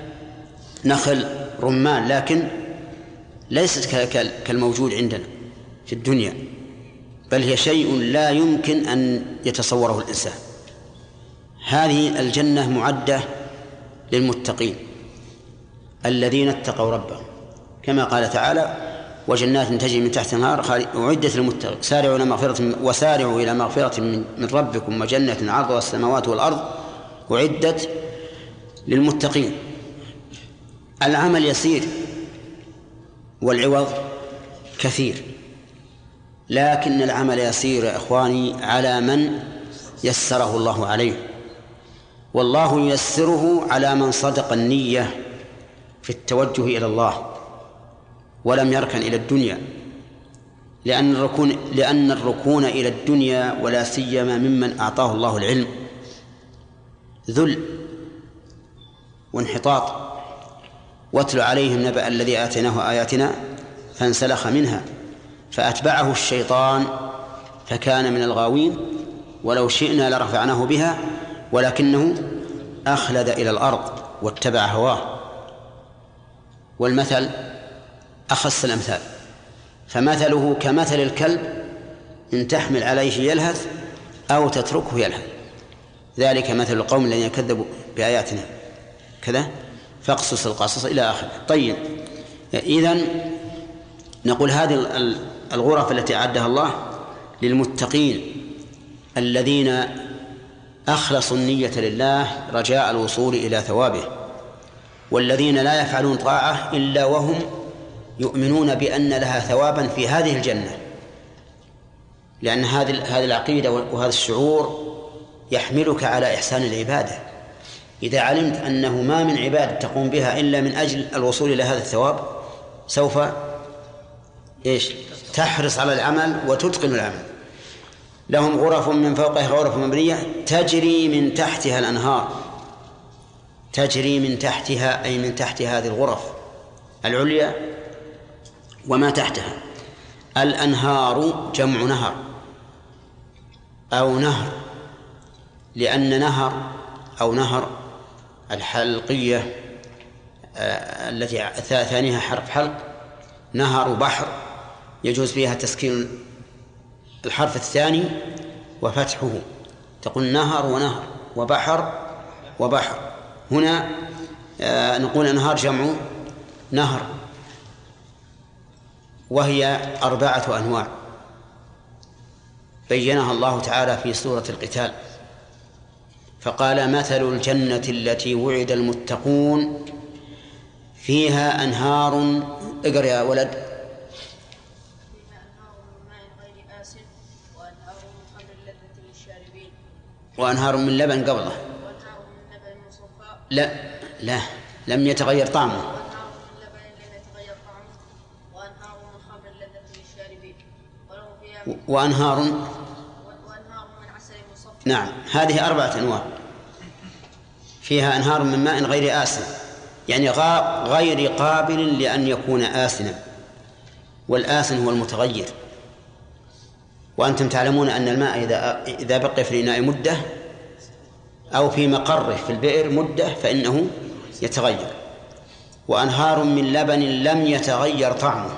نخل، رمان، لكن ليست كالموجود عندنا. في الدنيا، بل هي شيء لا يمكن أن يتصوره الإنسان. هذه الجنة معدة للمتقين الذين اتقوا ربهم، كما قال تعالى: وجنات تجري من تحتها الأنهار أعدت للمتقين سارعوا إلى مغفرة وسارعوا إلى مغفرة من ربكم وجنة عرضها السماوات والأرض أعدت للمتقين. العمل يسير والعوض كثير، لكن العمل يسير يا إخواني على من يسره الله عليه، والله ييسره على من صدق النية في التوجه إلى الله ولم يركن إلى الدنيا، لأن الركون لأن الركون إلى الدنيا ولا سيما ممن أعطاه الله العلم ذل وانحطاط. واتل عليهم نبأ الذي آتيناه آياتنا فانسلخ منها فأتبعه الشيطان فكان من الغاوين ولو شئنا لرفعناه بها ولكنه أخلد إلى الأرض واتبع هواه. والمثل أخص الأمثال، فمثله كمثل الكلب إن تحمل عليه يلهث أو تتركه يلهث، ذلك مثل القوم الذين كذبوا بآياتنا كذا فاقصص القصص إلى آخره. طيب، إذن نقول هذه الغرف التي أعدها الله للمتقين الذين أخلصوا النية لله رجاء الوصول إلى ثوابه، والذين لا يفعلون طاعة إلا وهم يؤمنون بأن لها ثوابا في هذه الجنة، لأن هذه هذه العقيدة وهذا الشعور يحملك على إحسان العبادة. إذا علمت أنه ما من عبادة تقوم بها إلا من أجل الوصول إلى هذا الثواب سوف إيش تحرص على العمل وتتقن العمل. لهم غرف من فوقها غرف مبنية تجري من تحتها الأنهار، تجري من تحتها أي من تحت هذه الغرف العليا وما تحتها. الأنهار جمع نهر أو نهر، لأن نهر أو نهر الحلقية آه التي ثانيها حرف حلق، نهر وبحر يجوز فيها تسكين الحرف الثاني وفتحه، تقول نهر ونهر وبحر وبحر. هنا آه نقول أنهار جمع نهر، وهي أربعة أنواع بينها الله تعالى في سورة القتال، فقال: مثل الجنة التي وعد المتقون فيها أنهار. اقرأ يا ولد. فيها أنهار من ماء غير آسن وأنهار من خمر لذة للشاربين وأنهار من لبن قبله وأنهار من لبن مصفى لا لا لم يتغير طعمه وأنهار من لبن لم يتغير طعمه وأنهار من خمر لذة للشاربين ولهم فيها وأنهار وأنهار من عسل مصفى. نعم، هذه أربعة أنواع. فيها أنهار من ماء غير آسن، يعني غير قابل لأن يكون آسنا، والآسن هو المتغير. وأنتم تعلمون أن الماء إذا إذا بقي في الإناء مدة أو في مقره في البئر مدة فإنه يتغير. وأنهار من لبن لم يتغير طعمه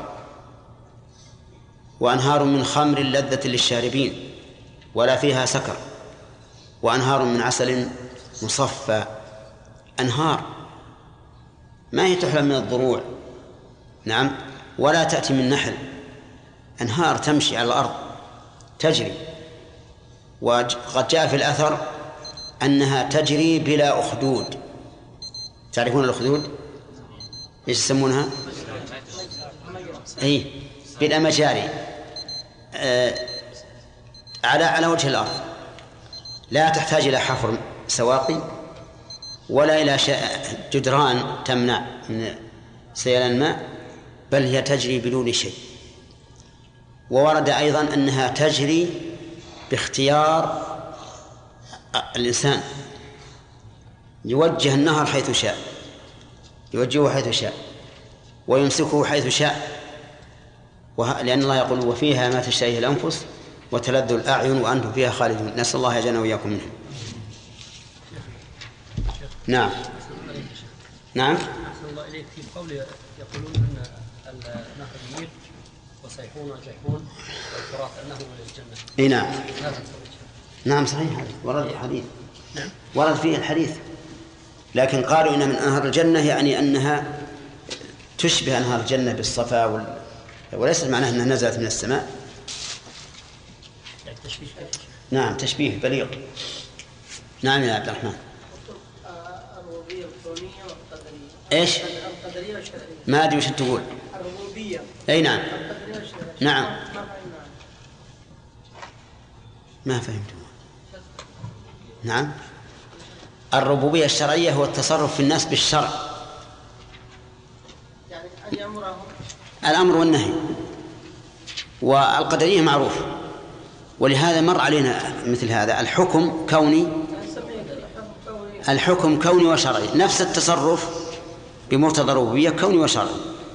وأنهار من خمر لذة للشاربين ولا فيها سكر وأنهار من عسل مصفى. أنهار ما هي تحلى من الضروع، نعم، ولا تأتي من نحل، أنهار تمشي على الأرض تجري. وقد جاء في الأثر أنها تجري بلا أخدود. تعرفون الأخدود إيش يسمونها؟ أي بلا مجاري آه على على وجه الأرض، لا تحتاج إلى حفر سواقي ولا إلى جدران تمنع من سيلان الماء، بل هي تجري بدون شيء. وورد أيضا أنها تجري باختيار الإنسان، يوجه النهر حيث شاء، يوجهه حيث شاء ويمسكه حيث شاء، لأن الله يقول: وفيها ما تشتهيه الأنفس وتلذ الأعين وأنتم فيها خالدون. نسأل الله يجعلنا وإياكم منه. نعم نعم. أحسن الله إليك. في قول يقولون أن نهر النيل صيحون وجيحون والفرات أنه من الجنة. اي نعم. هذا نعم صحيح، هذا ورد الحديث، ورد فيه الحديث، لكن قالوا إن من أنهار الجنة يعني أنها تشبه أنهار الجنة بالصفا وال... وليس معناه أنها نزلت من السماء. تشبيه. نعم تشبيه بليغ. نعم يا عبد الرحمن. الربوبية الكونية والقدرية. إيش؟ القدرية والشرعية. ما أدري وش تقول. الربوبية. أي نعم. القدرية والشرعية. نعم. ما فهمنا. ما فهمت. نعم. الربوبية الشرعية هو التصرف في الناس بالشرع، يعني أن يأمرهم الأمر والنهي. والقدرية معروف، ولهذا مر علينا مثل هذا الحكم كوني، الحكم كوني وشرعي، نفس التصرف بمقتضى الربوبية كوني وشرعي.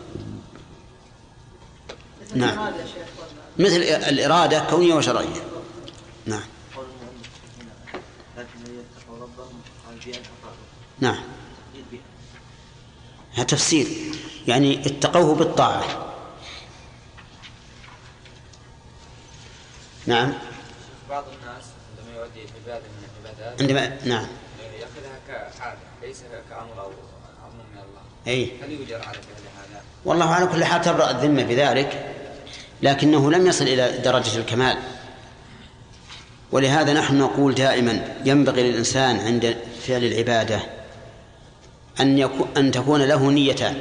نعم مثل الإرادة كونية وشرعية. نعم. نعم هذا تفسير، يعني اتقوه بالطاعة. نعم. بعض الناس عندما يؤدي عبادة من العبادات عندما نعم يأخذها كعادة ليس كأمر أو أمر من الله. أي. هل يجر على فعل هذا؟ والله على كل حال تبرأ الذمة بذلك، لكنه لم يصل إلى درجة الكمال. ولهذا نحن نقول دائما ينبغي للإنسان عند فعل العبادة أن يكون أن تكون له نيتان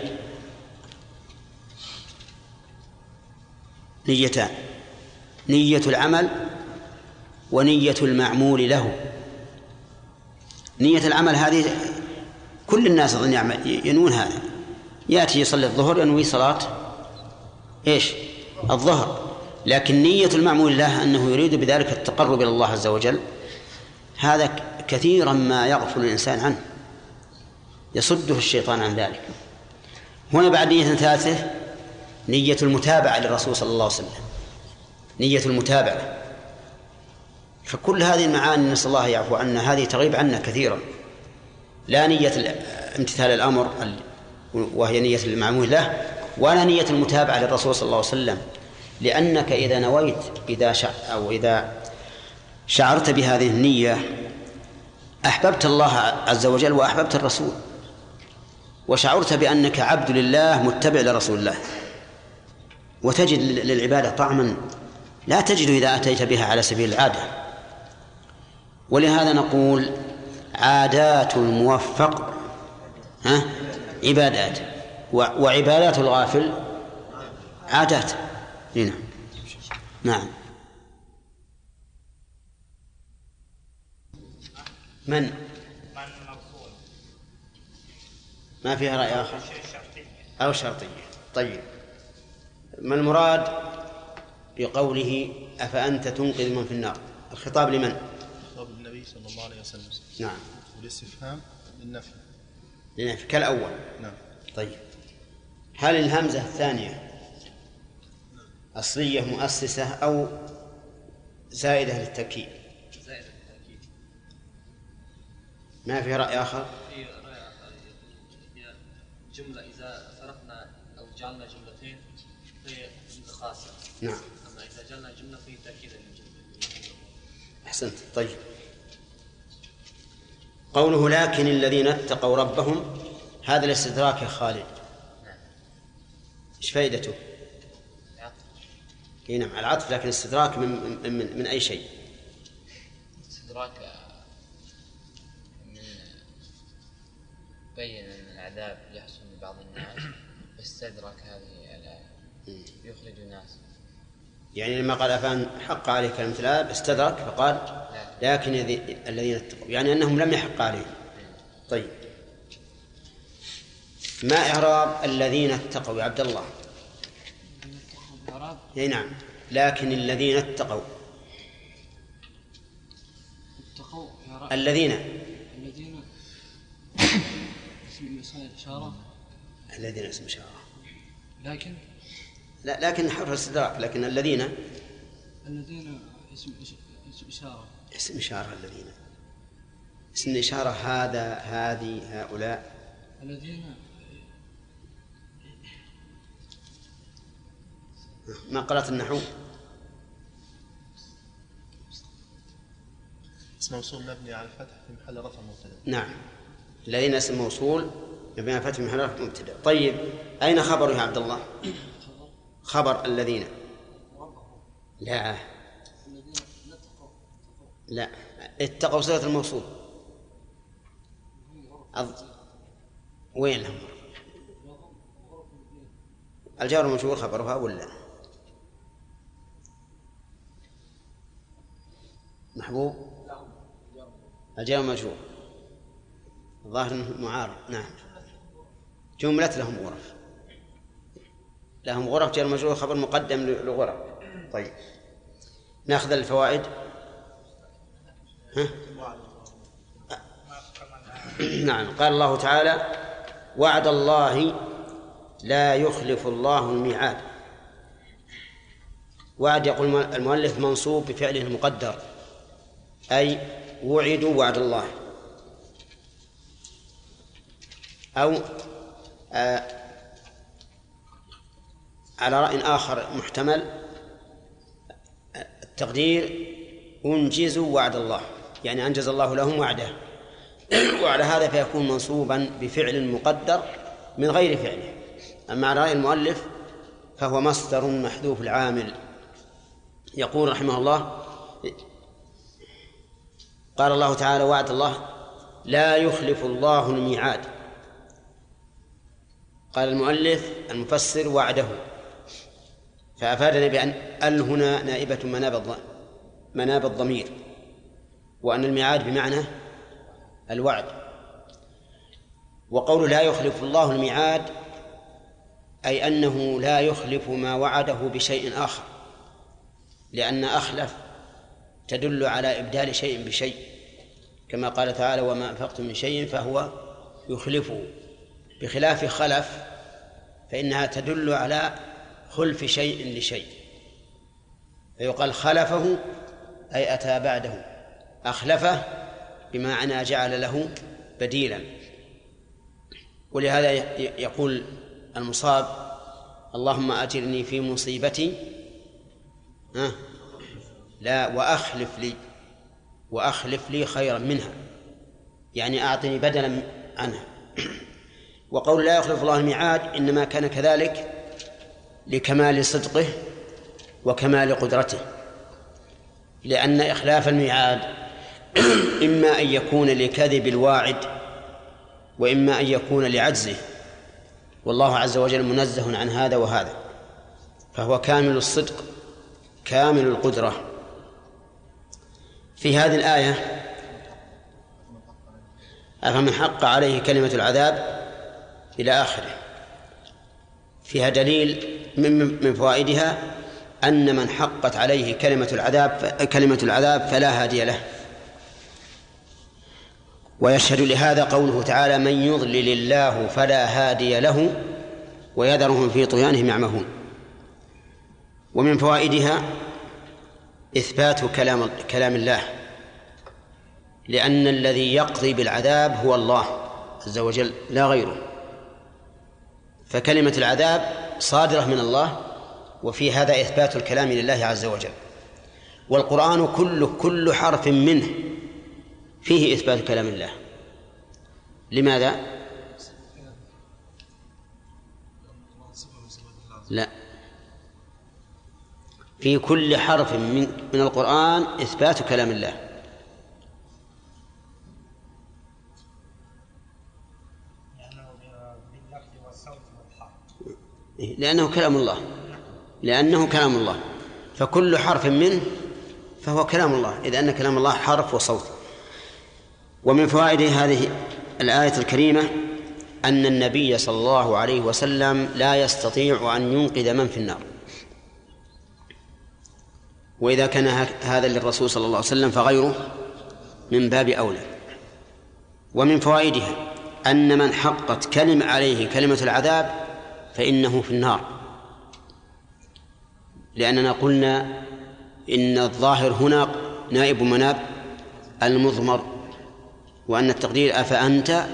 نيتان نية العمل ونية المعمول له. نية العمل هذه كل الناس أظن ينوون هذا، يأتي يصلي الظهر ينوي صلاة إيش الظهر، لكن نية المعمول له أنه يريد بذلك التقرب إلى الله عز وجل، هذا كثيرا ما يغفل الإنسان عنه، يصده الشيطان عن ذلك. هنا بعد نية ثالثة نية المتابعة للرسول صلى الله عليه وسلم، نية المتابعة. فكل هذه المعاني نسأل الله يعفو عنا، هذه تغيب عنا كثيرا. لا نية امتثال الأمر وهي نية المعمول له، ولا نية المتابعة للرسول صلى الله عليه وسلم، لأنك إذا نويت إذا شع أو إذا شعرت بهذه النية أحببت الله عز وجل وأحببت الرسول، وشعرت بأنك عبد لله متبع لرسول الله، وتجد للعبادة طعما لا تجد إذا أتيت بها على سبيل العادة. ولهذا نقول عادات الموفق ها عبادات، وعبادات الغافل عادات. هنا نعم. من ما فيها رأي آخر أو شرطية. طيب ما المراد بقوله أفأنت تنقذ من في النار؟ الخطاب لمن؟ خطاب النبي صلى الله عليه وسلم. نعم. والاستفهام للنفي. للنفي كالأول. نعم. طيب هل الهمزة الثانية أصلية مؤسسة أو زائدة للتأكيد؟ زائدة للتأكيد. ما في رأي آخر؟ في رأي آخر. جملة إذا فرقنا أو جعلنا جملتين فهي جملة خاصة. نعم. أما إذا جعلنا جملة فهي تأكيدا للجملة. أحسنت. طيب قوله لكن الذين اتقوا ربهم، هذا الاستدراك يا خالد ايش فائدته؟ اي نعم العطف، لكن الاستدراك من, من, من أي شيء؟ استدراك من بين أن العذاب يحصل لبعض الناس، فاستدرك هذه الآية يخرج الناس. يعني لما قال أفان حق عليك مثل هذا استدرك فقال لكن الذين اتقوا، يعني أنهم لم يحق عليهم. طيب ما إعراب الذين اتقوا يا عبد الله؟ اي نعم لكن الذين اتقوا اتقوا الذين الذين اسم إشارة الذين اسم إشارة لكن لا لكن حرف استدراك، لكن الذين الذين اسم اسم إشارة اسم إشارة الذين اسم إشارة هذا هذه هؤلاء الذين ما قرأت النحو. اسم موصول مبني على الفتح في محل رفع مبتدأ. نعم، الذين اسم موصول مبني على الفتح في محل رفع مبتدأ. طيب أين خبره يا عبد الله؟ خبر الذين. لا لا اتقوا صيغة الموصول. أض... وين لهم؟ الجار المجرور خبرها ولا محبوب؟ الجار المجرور الظاهر معارض. نعم، جملة لهم غرف. لهم غرف، جار المجرور خبر مقدم لغرف. طيب ناخذ الفوائد. ها؟ نعم، قال الله تعالى: وعد الله لا يخلف الله الميعاد. وعد يقول المؤلف منصوب بفعله المقدر، أي وعدوا وعد الله. أو آه على رأي آخر محتمل التقدير: أنجزوا وعد الله، يعني أنجز الله لهم وعده. وعلى هذا فيكون منصوبا بفعل مقدر من غير فعله. أما على رأي المؤلف فهو مصدر محذوف العامل. يقول رحمه الله: قال الله تعالى: وعد الله لا يخلف الله الميعاد. قال المؤلف المفسر: وعده. فأفادنا بأن ال هنا نائبة مناب مناب الضمير، وأن الميعاد بمعنى الوعد. وقول لا يخلف الله الميعاد أي أنه لا يخلف ما وعده بشيء آخر، لأن أخلف تدل على إبدال شيء بشيء، كما قال تعالى: وما أنفقتم من شيء فهو يخلفه، بخلاف خلف فإنها تدل على خلف شيء لشيء، فيقال خلفه أي أتى بعده، أخلفه بمعنى جعل له بديلا. ولهذا يقول المصاب: اللهم أجرني في مصيبتي ها لا وأخلف لي وأخلف لي خيرا منها، يعني أعطني بدلا عنها. وقول لا يخلف الله الميعاد إنما كان كذلك لكمال صدقه وكمال قدرته، لأن إخلاف الميعاد إما أن يكون لكذب الواعد وإما أن يكون لعجزه، والله عز وجل منزه عن هذا وهذا، فهو كامل الصدق كامل القدرة. في هذه الآية: أفمن حق عليه كلمة العذاب إلى آخره، فيها دليل من فوائدها أن من حقت عليه كلمة العذاب كلمة العذاب فلا هادي له. ويشهد لهذا قوله تعالى: من يضلل الله فلا هادي له ويذرهم في طغيانهم يعمهون. ومن فوائدها إثبات كلام كلام الله، لأن الذي يقضي بالعذاب هو الله عز وجل لا غيره، فكلمة العذاب صادرة من الله، وفي هذا إثبات الكلام لله عز وجل. والقرآن كله كل حرف منه فيه إثبات كلام الله. لماذا؟ لا، في كل حرف من من القرآن إثبات كلام الله. لأنه كلام الله لأنه كلام الله فكل حرف منه فهو كلام الله، إذ أن كلام الله حرف وصوت. ومن فوائد هذه الآية الكريمة أن النبي صلى الله عليه وسلم لا يستطيع أن ينقذ من في النار، وإذا كان هذا للرسول صلى الله عليه وسلم فغيره من باب أولى. ومن فوائدها أن من حقت كلمة عليه كلمة العذاب فإنه في النار، لأننا قلنا إن الظاهر هنا نائب مناب المضمر، وأن التقدير أفأنت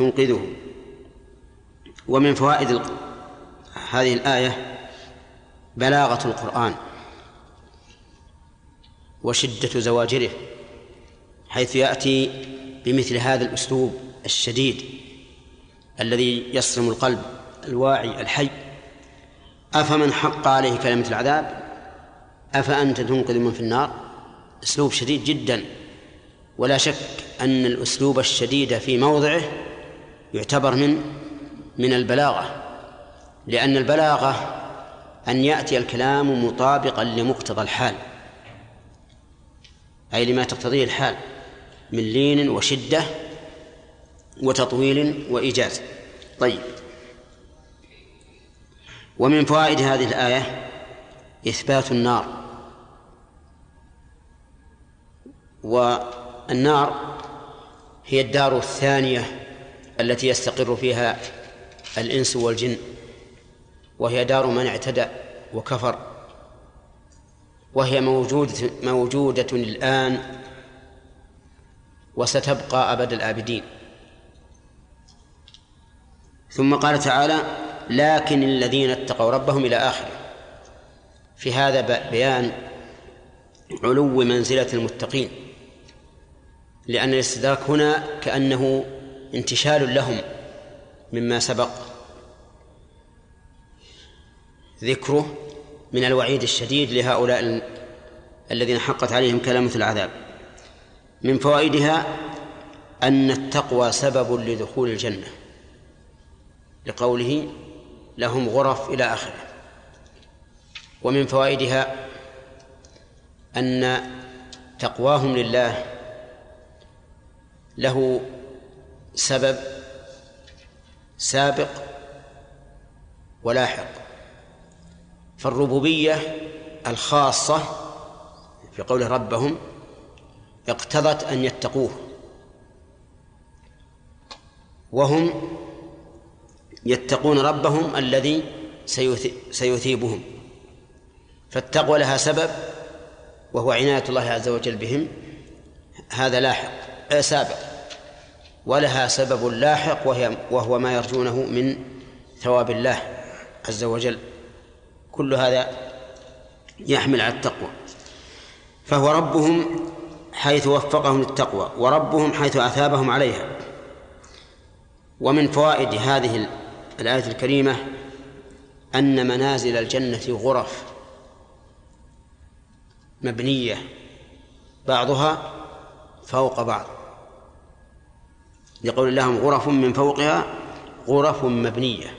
تنقذه. ومن فوائد هذه الآية بلاغة القرآن وشدة زواجره، حيث يأتي بمثل هذا الأسلوب الشديد الذي يصرم القلب الواعي الحي. أفمن حق عليه كلمة العذاب أفأنت تنقذ من في النار. أسلوب شديد جدا، ولا شك أن الأسلوب الشديد في موضعه يعتبر من من البلاغة، لأن البلاغة أن يأتي الكلام مطابقا لمقتضى الحال، أي لما تقتضيه الحال من لين وشدة وتطويل وإيجاز. طيب، ومن فوائد هذه الآية إثبات النار. والنار هي الدار الثانية التي يستقر فيها الإنس والجن، وهي دار من اعتدى وكفر، وهي موجودة, موجودة الآن وستبقى أبد الآبدين. ثم قال تعالى لكن الذين اتقوا ربهم إلى آخره. في هذا بيان علو منزلة المتقين، لأن الاستدراك هنا كأنه انتشال لهم مما سبق ذكره من الوعيد الشديد لهؤلاء الذين حقت عليهم كلمة العذاب. من فوائدها أن التقوى سبب لدخول الجنة، لقوله لهم غرف إلى آخره. ومن فوائدها أن تقواهم لله له سبب سابق ولاحق. فالربوبية الخاصة في قوله ربهم اقتضت أن يتقوه، وهم يتقون ربهم الذي سيثيبهم. فالتقوى لها سبب وهو عناية الله عز وجل بهم، هذا لاحق سابق، ولها سبب لاحق وهي وهو ما يرجونه من ثواب الله عز وجل. كل هذا يحمل على التقوى. فهو ربهم حيث وفقهم للتقوى، وربهم حيث أثابهم عليها. ومن فوائد هذه الآية الكريمة أن منازل الجنة غرف مبنية بعضها فوق بعض، يقول لهم غرف من فوقها غرف مبنية.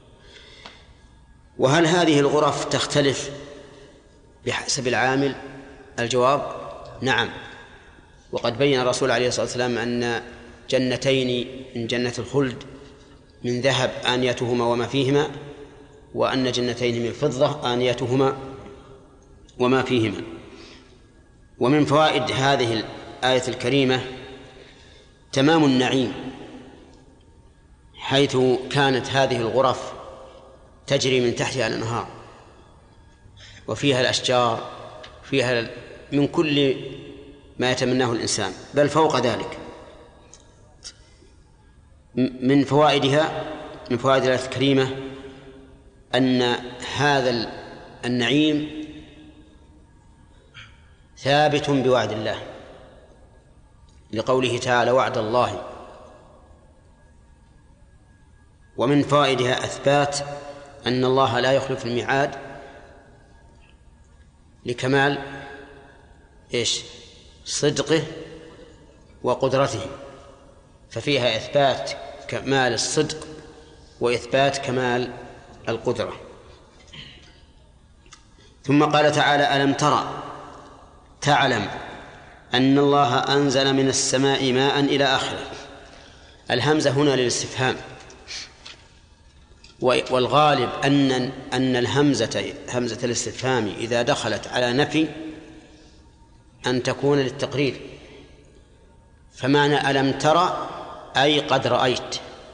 وهل هذه الغرف تختلف بحسب العامل؟ الجواب نعم. وقد بين الرسول عليه الصلاة والسلام أن جنتين من جنة الخلد من ذهب آنيتهما وما فيهما، وأن جنتين من فضة آنيتهما وما فيهما. ومن فوائد هذه الآية الكريمة تمام النعيم، حيث كانت هذه الغرف تجري من تحتها الأنهار، وفيها الأشجار، فيها من كل ما يتمناه الإنسان، بل فوق ذلك. من فوائدها من فوائد الآية الكريمة أن هذا النعيم ثابت بوعد الله، لقوله تعالى وعد الله. ومن فوائدها أثبات أن الله لا يخلف الميعاد لكمال إيش؟ صدقه وقدرته، ففيها إثبات كمال الصدق وإثبات كمال القدرة. ثم قال تعالى ألم ترى تعلم أن الله أنزل من السماء ماء إلى آخره. الهمزة هنا للاستفهام، والغالب أن أن الهمزة همزة الاستفهام إذا دخلت على نفي أن تكون للتقرير. فمعنى ألم ترى أي قد رأيت.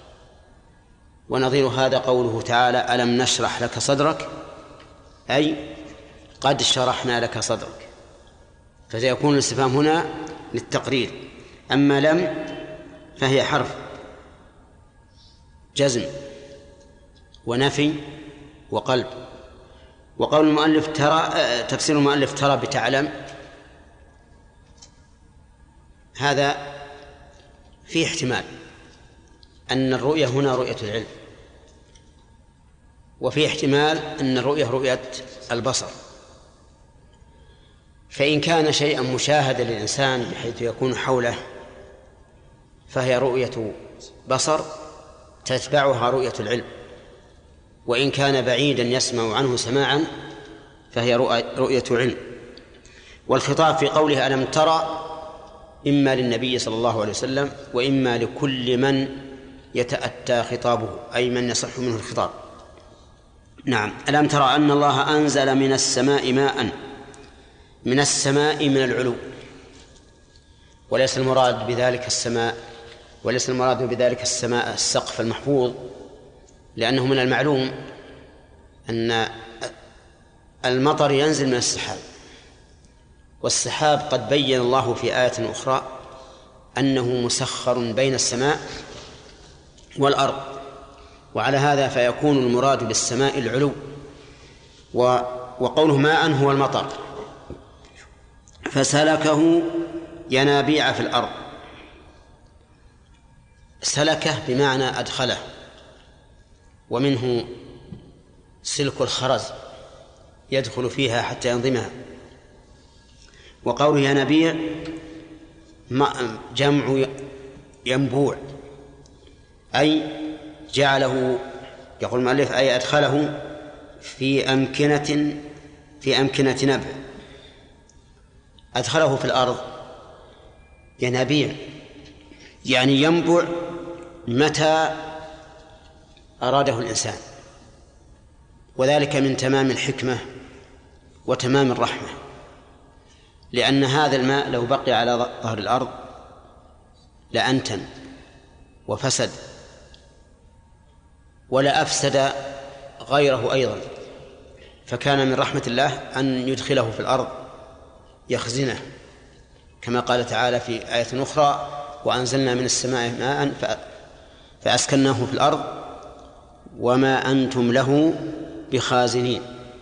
ونظير هذا قوله تعالى ألم نشرح لك صدرك، أي قد شرحنا لك صدرك، فسيكون الاستفهام هنا للتقرير. أما لم فهي حرف جزم ونفي وقلب. وقول المؤلف ترى، تفسير المؤلف ترى بتعلم، هذا فيه احتمال أن الرؤية هنا رؤية العلم، وفيه احتمال أن الرؤية رؤية البصر. فإن كان شيئا مشاهدا للإنسان بحيث يكون حوله فهي رؤية بصر تتبعها رؤية العلم، وإن كان بعيدا يسمع عنه سماعا فهي رؤية علم. والخطاب في قوله ألم ترى إما للنبي صلى الله عليه وسلم وإما لكل من يتأتى خطابه، أي من يصح منه الخطاب. نعم. ألم ترى أن الله أنزل من السماء ماء، من السماء من العلو، وليس المراد بذلك السماء، وليس المراد بذلك السماء السقف المحفوظ، لأنه من المعلوم أن المطر ينزل من السحاب، والسحاب قد بين الله في آية أخرى أنه مسخر بين السماء والأرض، وعلى هذا فيكون المراد بالسماء العلو. وقوله ماء هو المطر. فسلكه ينابيع في الأرض، سلكه بمعنى أدخله، ومنه سلك الخرز يدخل فيها حتى ينظمها. وقوله ينابيع جمع ينبوع، أي جعله، يقول المؤلف أي أدخله في أمكنة في أمكنة نبع، أدخله في الأرض. ينابيع يعني ينبع متى أراده الإنسان، وذلك من تمام الحكمة وتمام الرحمة، لأن هذا الماء لو بقي على ظهر الأرض لأنتن وفسد، ولا أفسد غيره أيضا، فكان من رحمة الله أن يدخله في الأرض يخزنه، كما قال تعالى في آية أخرى وأنزلنا من السماء ماء فأسكناه في الأرض وما أنتم له بخازنين.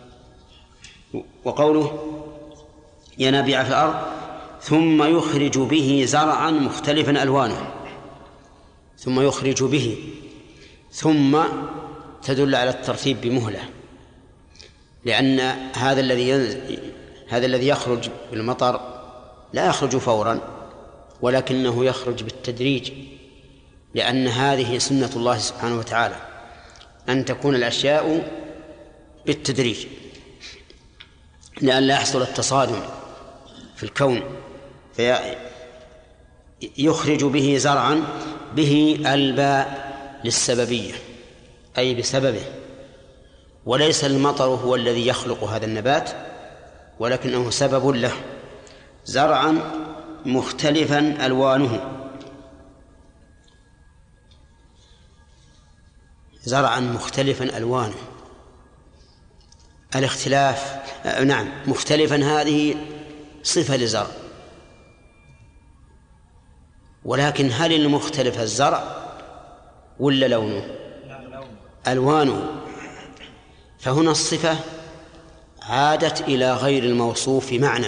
وقوله ينابيع في الأرض ثم يخرج به زرعا مختلفا ألوانه، ثم يخرج به، ثم تدل على الترتيب بمهلة، لأن هذا الذي هذا الذي يخرج بالمطر لا يخرج فورا، ولكنه يخرج بالتدريج، لأن هذه سنة الله سبحانه وتعالى أن تكون الأشياء بالتدريج لئلا يحصل التصادم في الكون. فيخرج به زرعا، به الباء للسببية أي بسببه، وليس المطر هو الذي يخلق هذا النبات ولكنه سبب له. زرعا مختلفا ألوانه، زرعا مختلفا ألوانه، الاختلاف نعم مختلفا هذه صفة لزرع، ولكن هل المختلف الزرع ولا لونه؟ ألوانه. فهنا الصفة عادت إلى غير الموصوف معنى،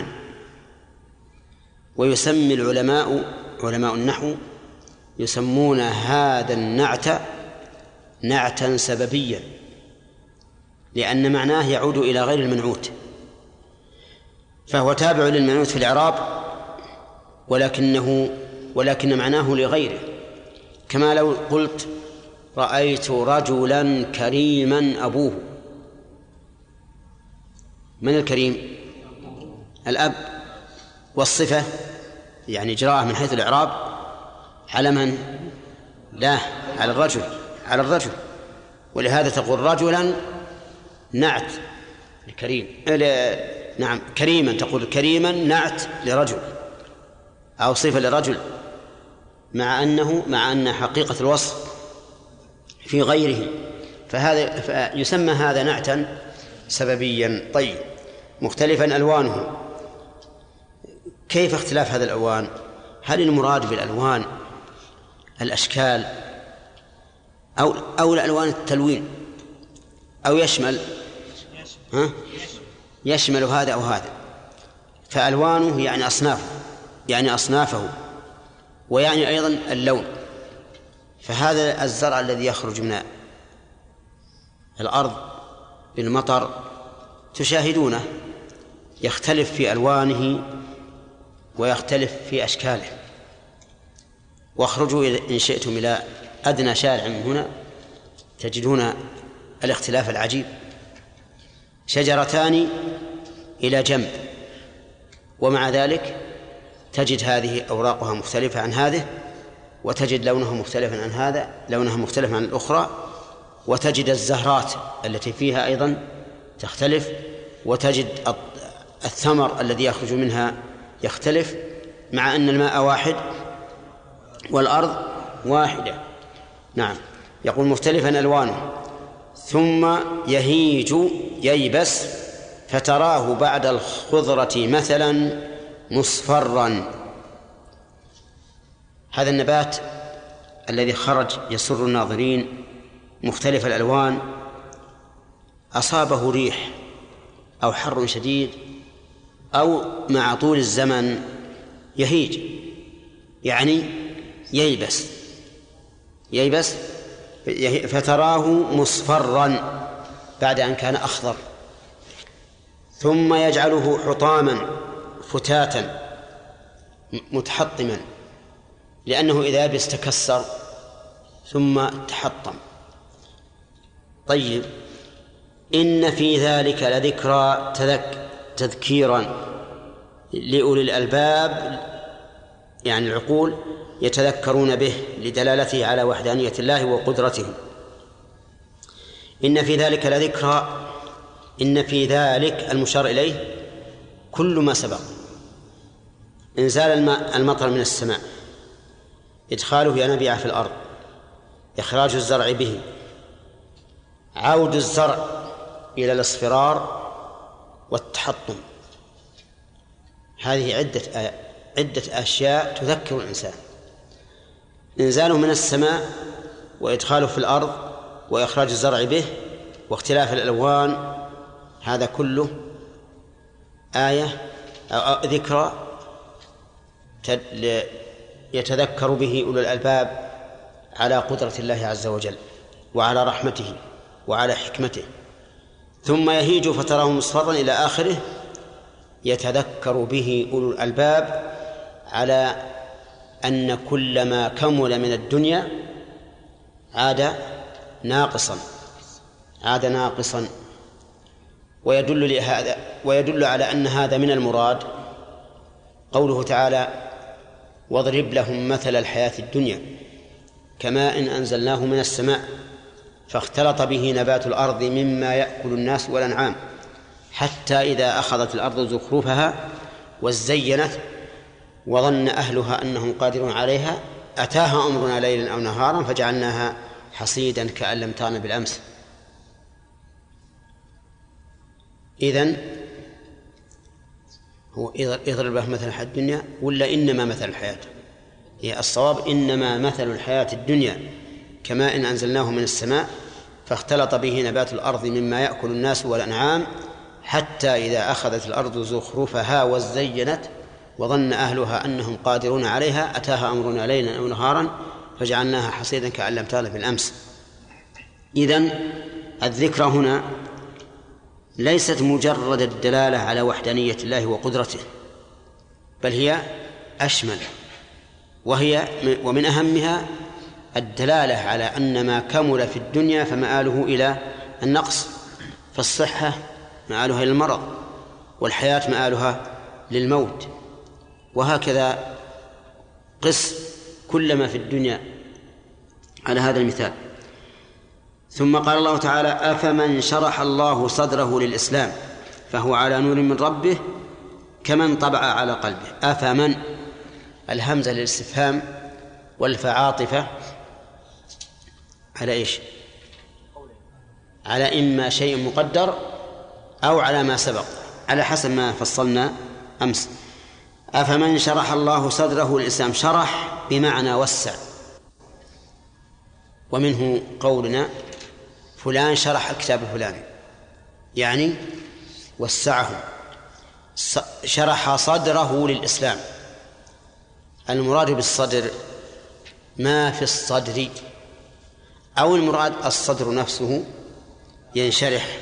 ويسمي العلماء علماء النحو يسمون هذا النعت نعتا سببيا، لأن معناه يعود إلى غير المنعوت، فهو تابع للمنعوت في الإعراب ولكنه ولكن معناه لغيره، كما لو قلت رأيت رجلا كريما أبوه. من الكريم؟ الأب. والصفة يعني إجراءه من حيث الإعراب على من؟ لا، على الرجل، على الرجل، ولهذا تقول رجلا نعت الكريم، نعم كريما، تقول كريما نعت لرجل أو صفة لرجل، مع أنه مع أن حقيقة الوصف في غيره، فهذا يسمى هذا نعتا سببيا. طيب، مختلفا ألوانه. كيف اختلاف هذا الألوان؟ هل المراد بالألوان الأشكال أو أو الألوان التلوين، أو يشمل ها؟ يشمل هذا أو هذا. فألوانه يعني أصنافه يعني أصنافه ويعني أيضا اللون. فهذا الزرع الذي يخرج من الأرض بالمطر تشاهدونه يختلف في ألوانه ويختلف في أشكاله. واخرجوا إن شئتم إلى أدنى شارع من هنا تجدون الاختلاف العجيب. شجرتان إلى جنب ومع ذلك تجد هذه أوراقها مختلفة عن هذه، وتجد لونها مختلفا عن هذا لونها مختلف عن الأخرى، وتجد الزهرات التي فيها أيضا تختلف، وتجد الثمر الذي يخرج منها يختلف، مع أن الماء واحد والأرض واحدة. نعم. يقول مختلفا ألوانه ثم يهيج ييبس فتراه بعد الخضرة مثلا مصفرا. هذا النبات الذي خرج يسر الناظرين مختلف الألوان أصابه ريح أو حر شديد أو مع طول الزمن يهيج يعني ييبس ييبس فتراه مصفرا بعد أن كان أخضر، ثم يجعله حطاما فتاتا متحطما لأنه إذا يبس تكسر ثم تحطم. طيب، إن في ذلك لذكرى تذك تذكيرا لأولي الألباب يعني العقول يتذكرون به لدلالته على وحدانية الله وقدرته. إن في ذلك لذكرى، إن في ذلك المشار إليه كل ما سبق: إنزال الماء المطر من السماء، إدخاله ينابيع في الأرض، إخراج الزرع به، عود الزرع إلى الاصفرار والتحطم. هذه عدة عدة أشياء تذكر الإنسان: إنزاله من السماء وإدخاله في الأرض وإخراج الزرع به واختلاف الألوان، هذا كله آية أو ذكرى يتذكر به أولو الألباب على قدرة الله عز وجل وعلى رحمته وعلى حكمته. ثم يهيج فتراه مصفرا إلى آخره، يتذكر به أولو الألباب على أن كل ما كمل من الدنيا عاد ناقصا عاد ناقصا ويدل لهذا ويدل على أن هذا من المراد قوله تعالى: واضرب لهم مثل الحياة الدنيا كماء إن أنزلناه من السماء فاختلط به نبات الأرض مما يأكل الناس والأنعام حتى إذا أخذت الأرض زخرفها وزينت وظن أهلها أنهم قادرون عليها أتاها أمرنا ليلا أو نهارا فجعلناها حصيدا كأن لم تغن بالأمس. إذن هو اضرب له مثل الحياة الدنيا ولا إنما مثل الحياة؟ هي الصواب إنما مثل الحياة الدنيا كماء إن أنزلناه من السماء فاختلط به نبات الأرض مما يأكل الناس والأنعام حتى إذا أخذت الأرض زخرفها وزينت وظن أهلها أنهم قادرون عليها أتاها أمرنا ليلا أو نهارا فجعلناها حصيدا كأن لم تغن بالأمس. إذن الذكرى هنا ليست مجرد الدلالة على وحدانية الله وقدرته، بل هي أشمل، وهي ومن أهمها الدلالة على أن ما كمل في الدنيا فمآله إلى النقص، فالصحة مآلها إلى المرض، والحياة مآلها للموت، وهكذا قس كل ما في الدنيا على هذا المثال. ثم قال الله تعالى: أفمن شرح الله صدره للإسلام فهو على نور من ربه كمن طبع على قلبه. أفمن، الهمزة للاستفهام والفعاطفة على إيش؟ على إما شيء مقدر أو على ما سبق، على حسب ما فصلنا أمس. أفمن شرح الله صدره للإسلام، شرح بمعنى وسع، ومنه قولنا فلان شرح الكتاب الفلاني، يعني وسعه، شرح صدره للإسلام. المراد بالصدر ما في الصدر، أو المراد الصدر نفسه ينشرح.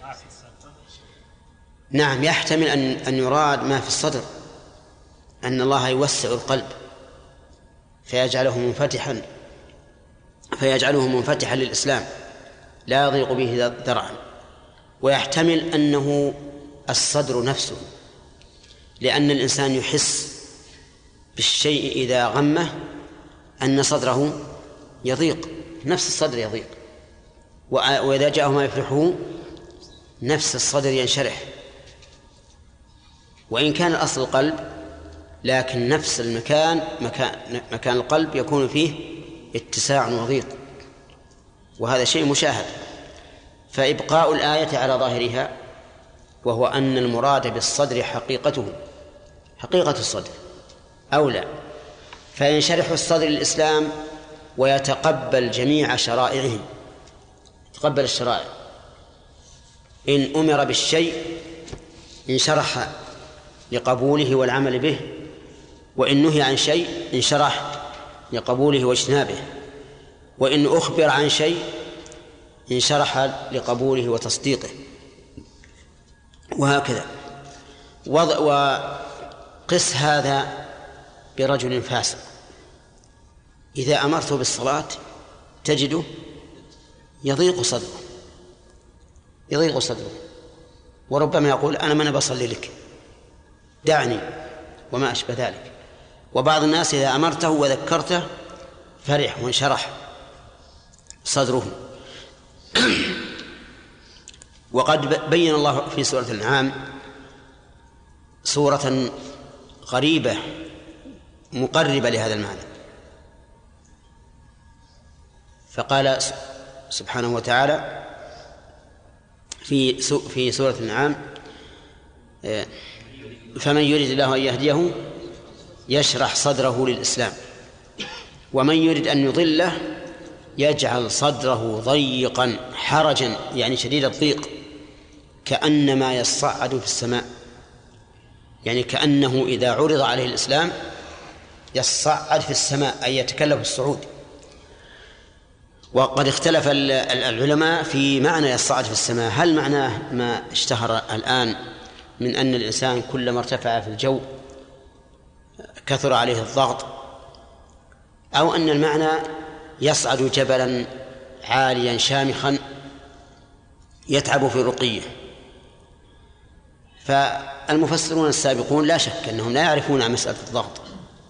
نعم، يحتمل أن أن يراد ما في الصدر، أن الله يوسع القلب فيجعله منفتحا فيجعله منفتحا للإسلام لا يضيق به ذرعا. ويحتمل أنه الصدر نفسه، لأن الإنسان يحس بالشيء إذا غمه أن صدره يضيق، نفس الصدر يضيق، وإذا جاءه ما يفرحه نفس الصدر ينشرح. وإن كان الأصل القلب، لكن نفس المكان مكان, مكان القلب يكون فيه اتساع وضيق، وهذا شيء مشاهد. فإبقاء الآية على ظاهرها، وهو أن المراد بالصدر حقيقته حقيقة الصدر أولى، فينشرح الصدر للإسلام ويتقبل جميع شرائعه، يتقبل الشرائع. إن أمر بالشيء انشرح لقبوله والعمل به، وإن نهي عن شيء انشرح لقبوله واجتنابه، وإن أخبر عن شيء انشرح لقبوله وتصديقه، وهكذا. وقس هذا برجل فاسق، إذا أمرته بالصلاة تجده يضيق صدره يضيق صدره وربما يقول أنا من بصلي لك، دعني، وما أشبه ذلك. وبعض الناس إذا أمرته وذكرته فرح وانشرح صدره. وقد بين الله في سورة الأنعام سورة غريبة مقربة لهذا المعنى، فقال سبحانه وتعالى في في سورة الأنعام: فمن يريد الله أن يهديه يشرح صدره للإسلام، ومن يريد أن يضله يجعل صدره ضيقا حرجا، يعني شديد الضيق، كأنما يصعد في السماء، يعني كأنه إذا عرض عليه الإسلام يصعد في السماء، أي يتكلف الصعود. وقد اختلف العلماء في معنى يصعد في السماء، هل معناه ما اشتهر الآن من أن الإنسان كلما ارتفع في الجو كثر عليه الضغط، أو أن المعنى يصعد جبلا عاليا شامخا يتعب في رقيه. فالمفسرون السابقون لا شك أنهم لا يعرفون عن مسألة الضغط،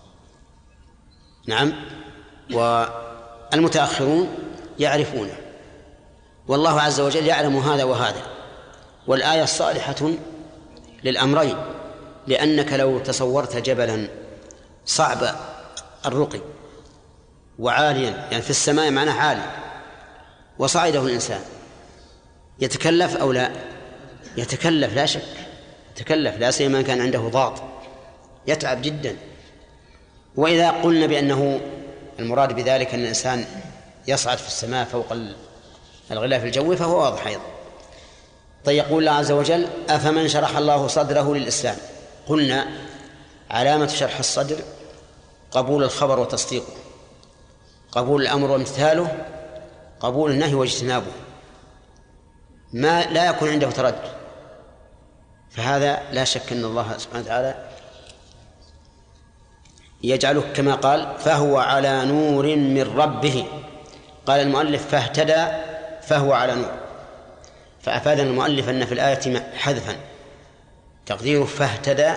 نعم، والمتأخرون يعرفونه، والله عز وجل يعلم هذا وهذا. والآية صالحة للأمرين، لأنك لو تصورت جبلا صعب الرقي وعاليا، يعني في السماء معناه عالي، وصعده الإنسان يتكلف أو لا؟ يتكلف لا شك، يتكلف، لا سيما كان عنده ضغط يتعب جدا. وإذا قلنا بأنه المراد بذلك أن الإنسان يصعد في السماء فوق الغلاف الجوي فهو واضح أيضا. طيب، يقول الله عز وجل: أفمن شرح الله صدره للإسلام. قلنا علامة شرح الصدر قبول الخبر وتصديقه، قبول الأمر وامتثاله، قبول النهي واجتنابه، ما لا يكون عنده تردد. فهذا لا شك أن الله سبحانه وتعالى يجعله كما قال: فهو على نور من ربه. قال المؤلف: فاهتدى فهو على نور، فأفاد المؤلف أن في الآية حذفا تقديره فاهتدى،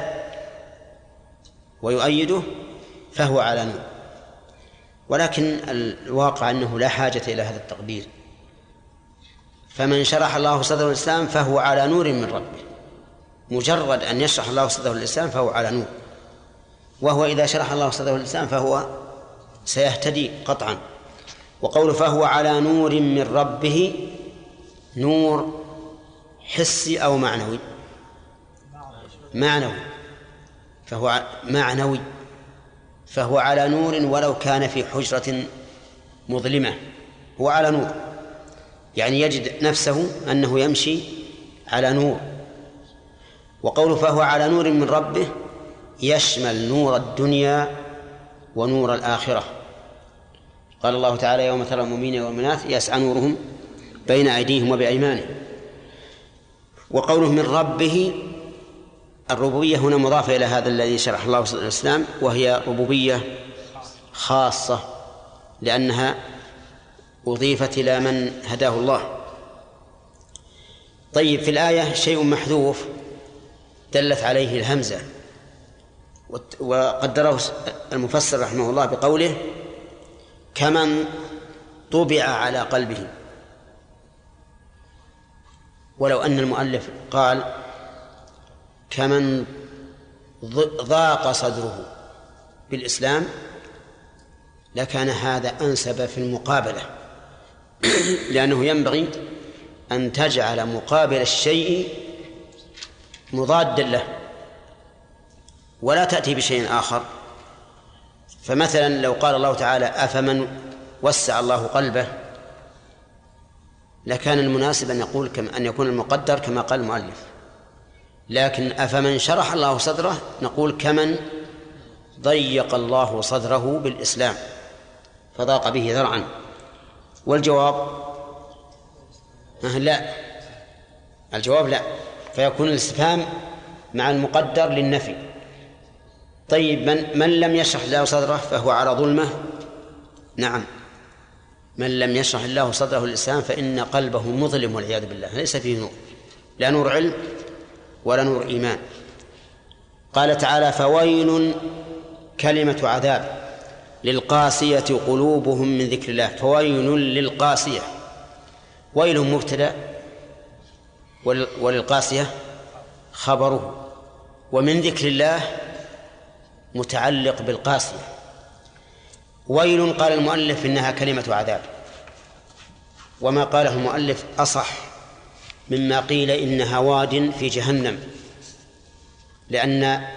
ويؤيده فهو على نور. ولكن الواقع أنه لا حاجة إلى هذا التقدير. فمن شرح الله صدره الإسلام فهو على نور من ربه، مجرد أن يشرح الله صدره الإسلام فهو على نور، وهو إذا شرح الله صدره الإسلام فهو سيهتدي قطعا. وقول فهو على نور من ربه، نور حسي أو معنوي؟ معنوي، فهو معنوي، فهو على نور ولو كان في حجرة مظلمة، هو على نور، يعني يجد نفسه أنه يمشي على نور. وقوله فهو على نور من ربه يشمل نور الدنيا ونور الآخرة. قال الله تعالى يوم ترى المؤمنين والمؤمنات يسعى نورهم بين أيديهم وبأيمانهم. وقوله من ربه الربوبية هنا مضافة إلى هذا الذي شرح الله في الإسلام، وهي ربوبية خاصة لأنها أضيفت إلى من هداه الله. طيب، في الآية شيء محذوف دلت عليه الهمزة، وقدره المفسر رحمه الله بقوله كمن طبع على قلبه. ولو أن المؤلف قال كمن ضاق صدره بالإسلام لكان هذا أنسب في المقابلة، لأنه ينبغي أن تجعل مقابل الشيء مضادا له ولا تأتي بشيء آخر. فمثلا لو قال الله تعالى أفمن وسع الله قلبه لكان المناسب أن يقول كم أن يكون المقدر كما قال المؤلف، لكن أفمن شرح الله صدره نقول كمن ضيق الله صدره بالإسلام فضاق به ذرعا. والجواب لا، الجواب لا، فيكون الاستفهام مع المقدر للنفي. طيب، من, من لم يشرح الله صدره فهو على ظلمه. نعم، من لم يشرح الله صدره للإسلام فإن قلبه مظلم والعياذ بالله، ليس فيه نور، لا نور علم ولا نور إيمان. قال تعالى فويل كلمة عذاب للقاسية قلوبهم من ذكر الله. فويل للقاسية، ويل مبتدأ وللقاسية خبره، ومن ذكر الله متعلق بالقاسية. ويل قال المؤلف إنها كلمة عذاب، وما قاله المؤلف أصح مما قيل إنها واد في جهنم، لأن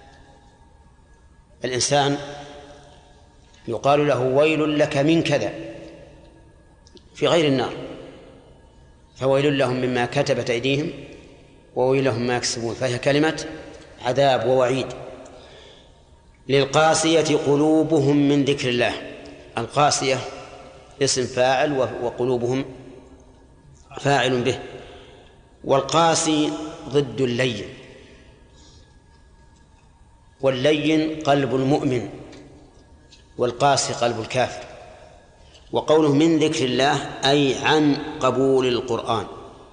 الإنسان يقال له ويل لك من كذا في غير النار، فويل لهم مما كتبت أيديهم وويل لهم ما يكسبون، فهي كلمة عذاب ووعيد. للقاسية قلوبهم من ذكر الله. القاسية اسم فاعل وقلوبهم فاعل به، والقاسي ضد اللين، واللين قلب المؤمن والقاسي قلب الكافر. وقوله من ذكر الله أي عن قبول القرآن.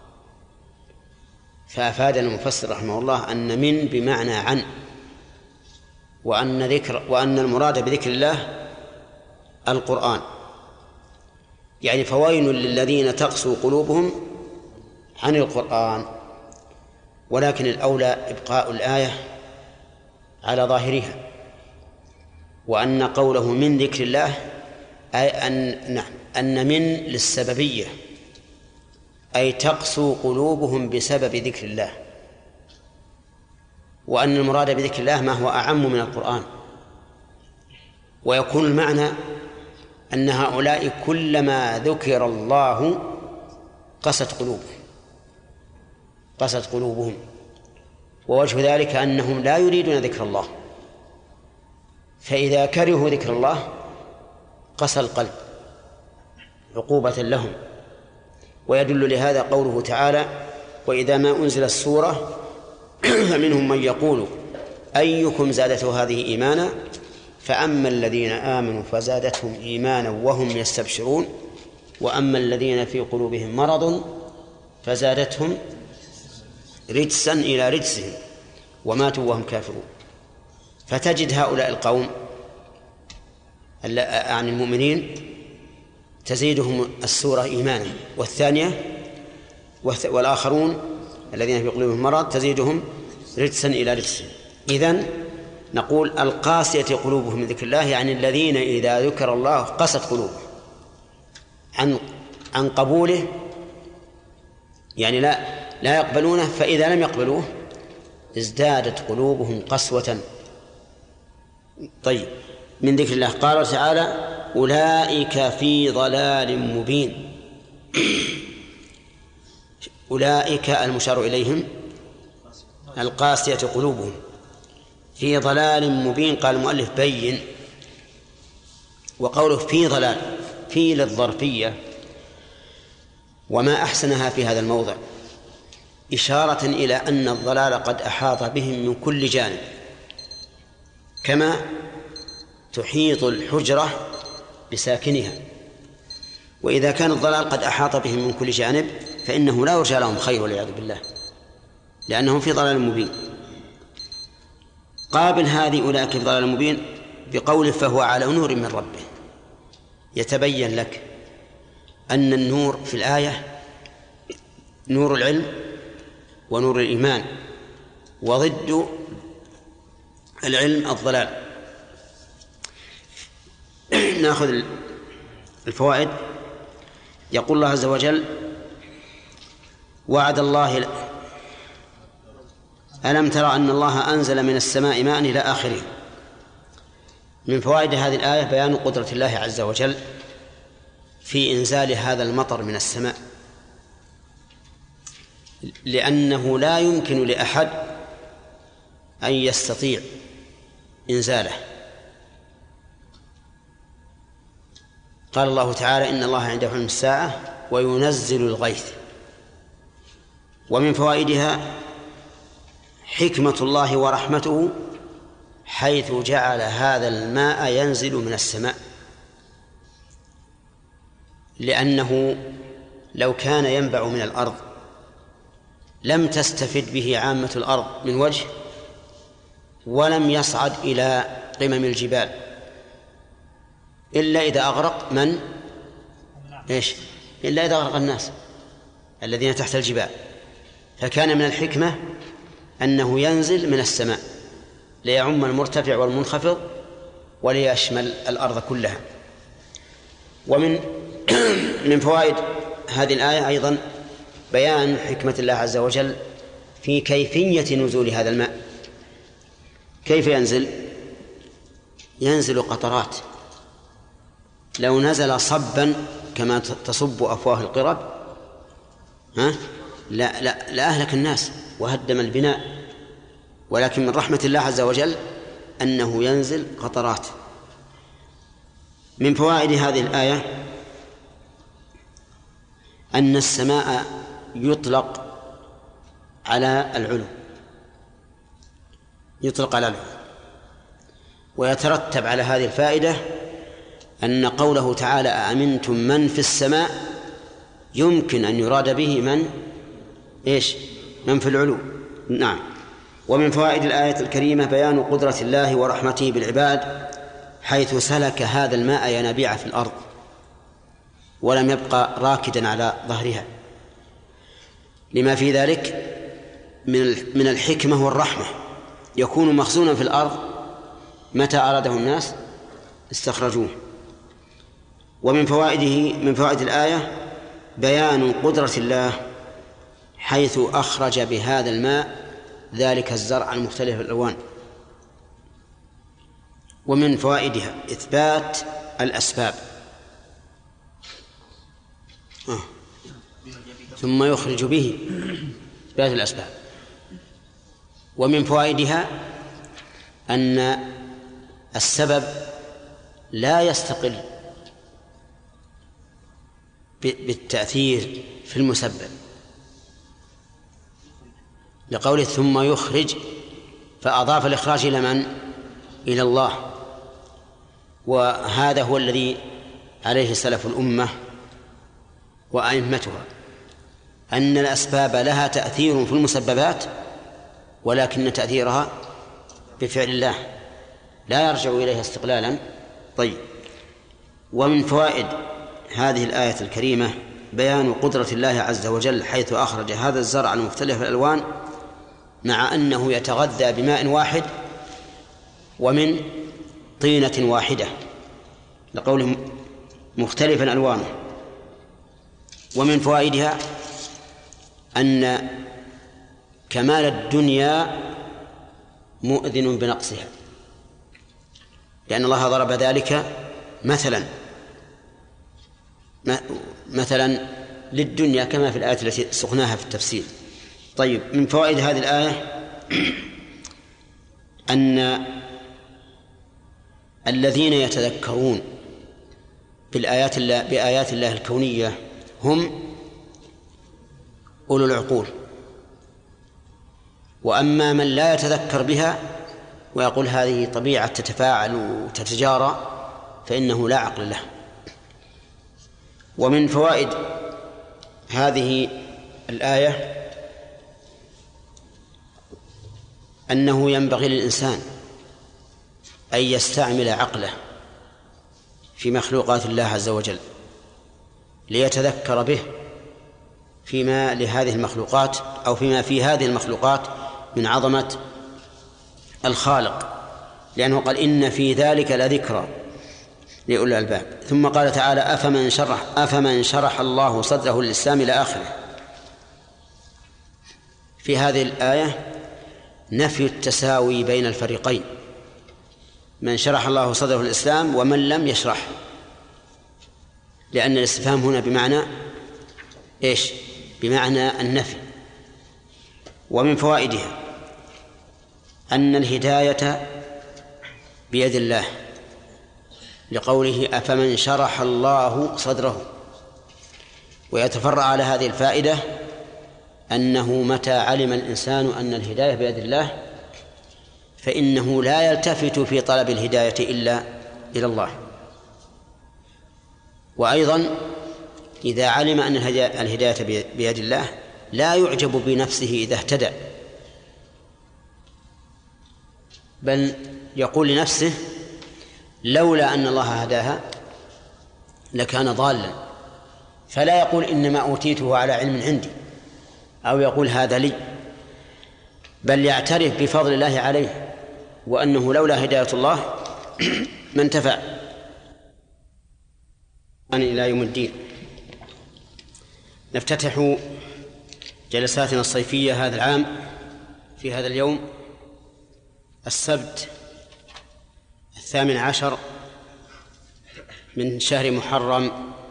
فأفادنا المفسر رحمه الله أن من بمعنى عن، وأن ذكر وأن المراد بذكر الله القرآن، يعني فويل للذين تقسو قلوبهم عن القرآن. ولكن الأولى إبقاء الآية على ظاهرها، وأن قوله من ذكر الله أي أن نعم أن من للسببية، أي تقسو قلوبهم بسبب ذكر الله، وأن المراد بذكر الله ما هو أعم من القرآن. ويكون المعنى أن هؤلاء كلما ذكر الله قست قلوبهم قست قلوبهم ووجه ذلك أنهم لا يريدون ذكر الله، فإذا كرهوا ذكر الله قسى القلب عقوبة لهم. ويدل لهذا قوله تعالى وإذا ما أنزلت السورة فمنهم من يقول أيكم زادته هذه إيمانا فأما الذين آمنوا فزادتهم إيمانا وهم يستبشرون وأما الذين في قلوبهم مرض فزادتهم رجسا إلى رجسهم وماتوا وهم كافرون. فتجد هؤلاء القوم عن المؤمنين تزيدهم السورة إيمانا، والثانية والآخرون الذين في قلوبهم مرض تزيدهم رجسا إلى رجسهم. إذن نقول القاسية قلوبهم من ذكر الله، يعني الذين إذا ذكر الله قست قلوبهم عن عن قبوله، يعني لا لا يقبلونه، فإذا لم يقبلوه ازدادت قلوبهم قسوة. طيب، من ذكر الله قال تعالى أولئك في ضلال مبين. أولئك المشار إليهم القاسية قلوبهم في ضلال مبين. قال المؤلف بين، وقوله في ضلال في للظرفية وما أحسنها في هذا الموضع إشارة إلى أن الضلال قد أحاط بهم من كل جانب، كما تحيط الحجرة بساكنها. وإذا كان الضلال قد أحاط بهم من كل جانب فإنه لا يرجى لهم خير والعياذ بالله، لأنهم في ضلال مبين. قابل هذه أولئك في ضلال مبين بقوله فهو على نور من ربه. يتبين لك أن النور في الآية نور العلم ونور الإيمان، وضد العلم الضلال. نأخذ الفوائد. يقول الله عز وجل وعد الله ألم ترى أن الله أنزل من السماء ماء إلى آخره. من فوائد هذه الآية بيان قدرة الله عز وجل في إنزال هذا المطر من السماء، لأنه لا يمكن لأحد أن يستطيع إنزاله. قال الله تعالى إن الله عنده علم الساعة وينزل الغيث. ومن فوائدها حكمة الله ورحمته حيث جعل هذا الماء ينزل من السماء، لأنه لو كان ينبع من الأرض لم تستفد به عامة الأرض من وجه، ولم يصعد إلى قمم الجبال إلا إذا أغرق من؟ إيش؟ إلا إذا أغرق الناس الذين تحت الجبال. فكان من الحكمة أنه ينزل من السماء ليعم المرتفع والمنخفض وليشمل الأرض كلها. ومن من فوائد هذه الآية أيضا بيان حكمة الله عز وجل في كيفية نزول هذا الماء. كيف ينزل؟ ينزل قطرات. لو نزل صبا كما تصب أفواه القرب ها لا لا لأهلك الناس وهدم البناء، ولكن من رحمة الله عز وجل أنه ينزل قطرات. من فوائد هذه الآية أن السماء يطلق على العلو، يطلق على العلو. ويترتب على هذه الفائدة أن قوله تعالى أأمنتم من في السماء يمكن أن يراد به من إيش؟ من في العلو. نعم. ومن فوائد الآية الكريمة بيان قدرة الله ورحمته بالعباد حيث سلك هذا الماء ينابيع في الأرض ولم يبقى راكدا على ظهرها، لما في ذلك من الحكمة والرحمة. يكون مخزونا في الأرض متى أراده الناس استخرجوه. ومن فوائده من فوائد الآية بيان قدرة الله حيث أخرج بهذا الماء ذلك الزرع المختلف الألوان. ومن فوائدها إثبات الأسباب آه. ثم يخرج به إثبات الأسباب. ومن فوائدها أن السبب لا يستقل بالتأثير في المسبب، لقوله ثم يخرج فأضاف الإخراج إلى من؟ إلى الله. وهذا هو الذي عليه سلف الأمة وأئمتها، أن الأسباب لها تأثير في المسببات ولكن تأثيرها بفعل الله لا يرجع إليها استقلالا. طيب. ومن فوائد هذه الآية الكريمة بيان قدرة الله عز وجل حيث أخرج هذا الزرع المختلف الألوان مع أنه يتغذى بماء واحد ومن طينة واحدة، لقوله مختلفا ألوانه. ومن فوائدها أن كمال الدنيا مؤذن بنقصها، لأن الله ضرب ذلك مثلا مثلا للدنيا كما في الآية التي سقناها في التفسير. طيب، من فوائد هذه الآية أن الذين يتذكرون بالآيات الله بآيات الله الكونية هم أولو العقول، وأما من لا يتذكر بها ويقول هذه طبيعة تتفاعل وتتجارى فإنه لا عقل له. ومن فوائد هذه الآية أنه ينبغي للإنسان أن يستعمل عقله في مخلوقات الله عز وجل ليتذكر به فيما لهذه المخلوقات أو فيما في هذه المخلوقات من عظمة الخالق، لأنه قال إن في ذلك لذكرى لأولي الألباب. ثم قال تعالى أفمن شرح, أفمن شرح الله صدره للإسلام إلى آخره. في هذه الآية نفي التساوي بين الفريقين، من شرح الله صدره للإسلام ومن لم يشرح، لأن الاستفهام هنا بمعنى إيش؟ بمعنى النفي. ومن فوائدها أن الهداية بيد الله، لقوله أفمن شرح الله صدره. ويتفرع على هذه الفائدة أنه متى علم الإنسان أن الهداية بيد الله فإنه لا يلتفت في طلب الهداية إلا إلى الله. وأيضا إذا علم أن الهداية بيد الله لا يعجب بنفسه إذا اهتدى، بل يقول لنفسه لولا أن الله هداها لكان ضالا، فلا يقول إنما أوتيته على علم عندي أو يقول هذا لي، بل يعترف بفضل الله عليه وأنه لولا هداية الله ما انتفع إلى يوم الدين. نفتتح جلساتنا الصيفية هذا العام في هذا اليوم السبت الثامن عشر من شهر محرم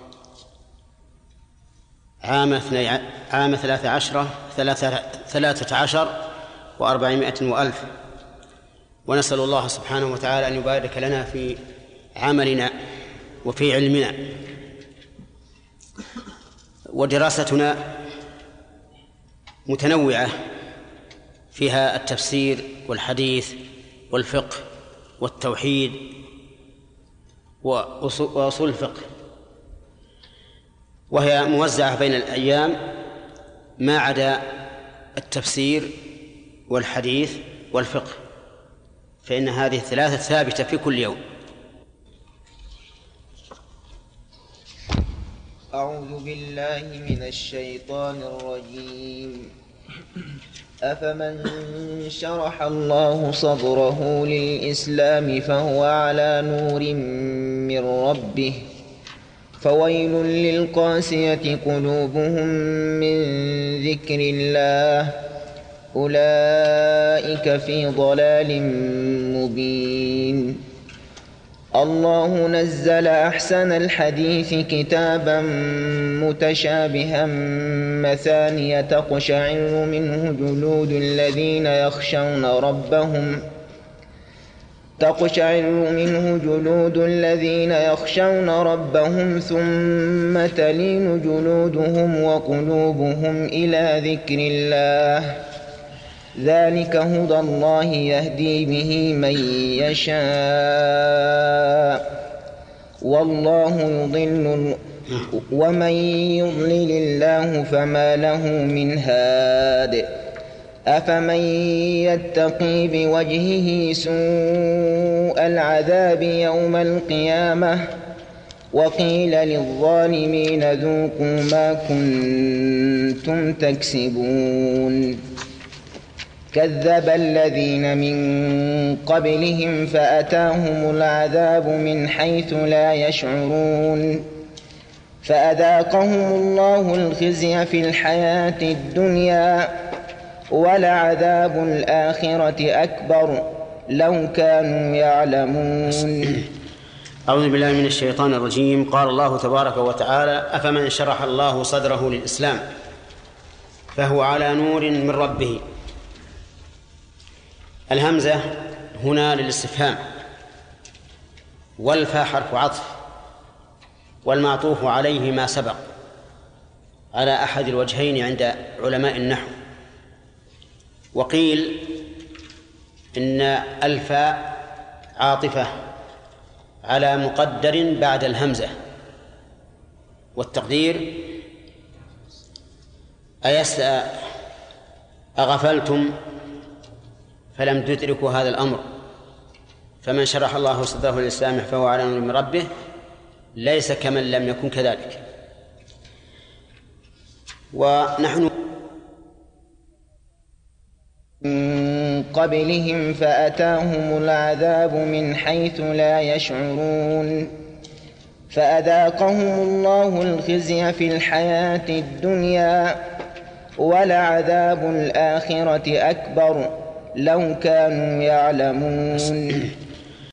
عام عام ثلاثة عشر ثلاثة عشر وأربعمائة وألف، ونسأل الله سبحانه وتعالى أن يبارك لنا في عملنا وفي علمنا. ودراستنا متنوعة، فيها التفسير والحديث والفقه والتوحيد وأصول الفقه، وهي موزعة بين الأيام ما عدا التفسير والحديث والفقه، فإن هذه الثلاثة ثابتة في كل يوم. أعوذ بالله من الشيطان الرجيم. أفمن شرح الله صدره للإسلام فهو على نور من ربه فويل للقاسية قلوبهم من ذكر الله أولئك في ضلال مبين. الله نزل أحسن الحديث كتابا متشابها مثانية تقشعر منه جلود الذين يخشون ربهم تقشعر منه جلود الذين يخشون ربهم ثم تلين جلودهم وقلوبهم إلى ذكر الله ذلك هدى الله يهدي به من يشاء والله يضل ومن يضلل الله فما له من هاد. أفمن يتقي بوجهه سوء العذاب يوم القيامة وقيل للظالمين ذوقوا ما كنتم تكسبون. كذب الذين من قبلهم فأتاهم العذاب من حيث لا يشعرون فأذاقهم الله الخزي في الحياة الدنيا ولعذاب الآخرة أكبر لو كانوا يعلمون. أعوذ بالله من الشيطان الرجيم. قال الله تبارك وتعالى: أفمن شرح الله صدره للإسلام فهو على نور من ربه. الهمزة هنا للاستفهام، والفاء حرف عطف، والمعطوف عليه ما سبق على أحد الوجهين عند علماء النحو. وقيل إن الفاء عاطفة على مقدر بعد الهمزة، والتقدير أيس أغفلتم فلم تدركوا هذا الأمر، فمن شرح الله صدره للإسلام فهو على نور من ربه ليس كمن لم يكن كذلك. ونحن من قبلهم فأتاهم العذاب من حيث لا يشعرون فأذاقهم الله الخزي في الحياة الدنيا ولعذاب الآخرة أكبر لو كانوا يعلمون.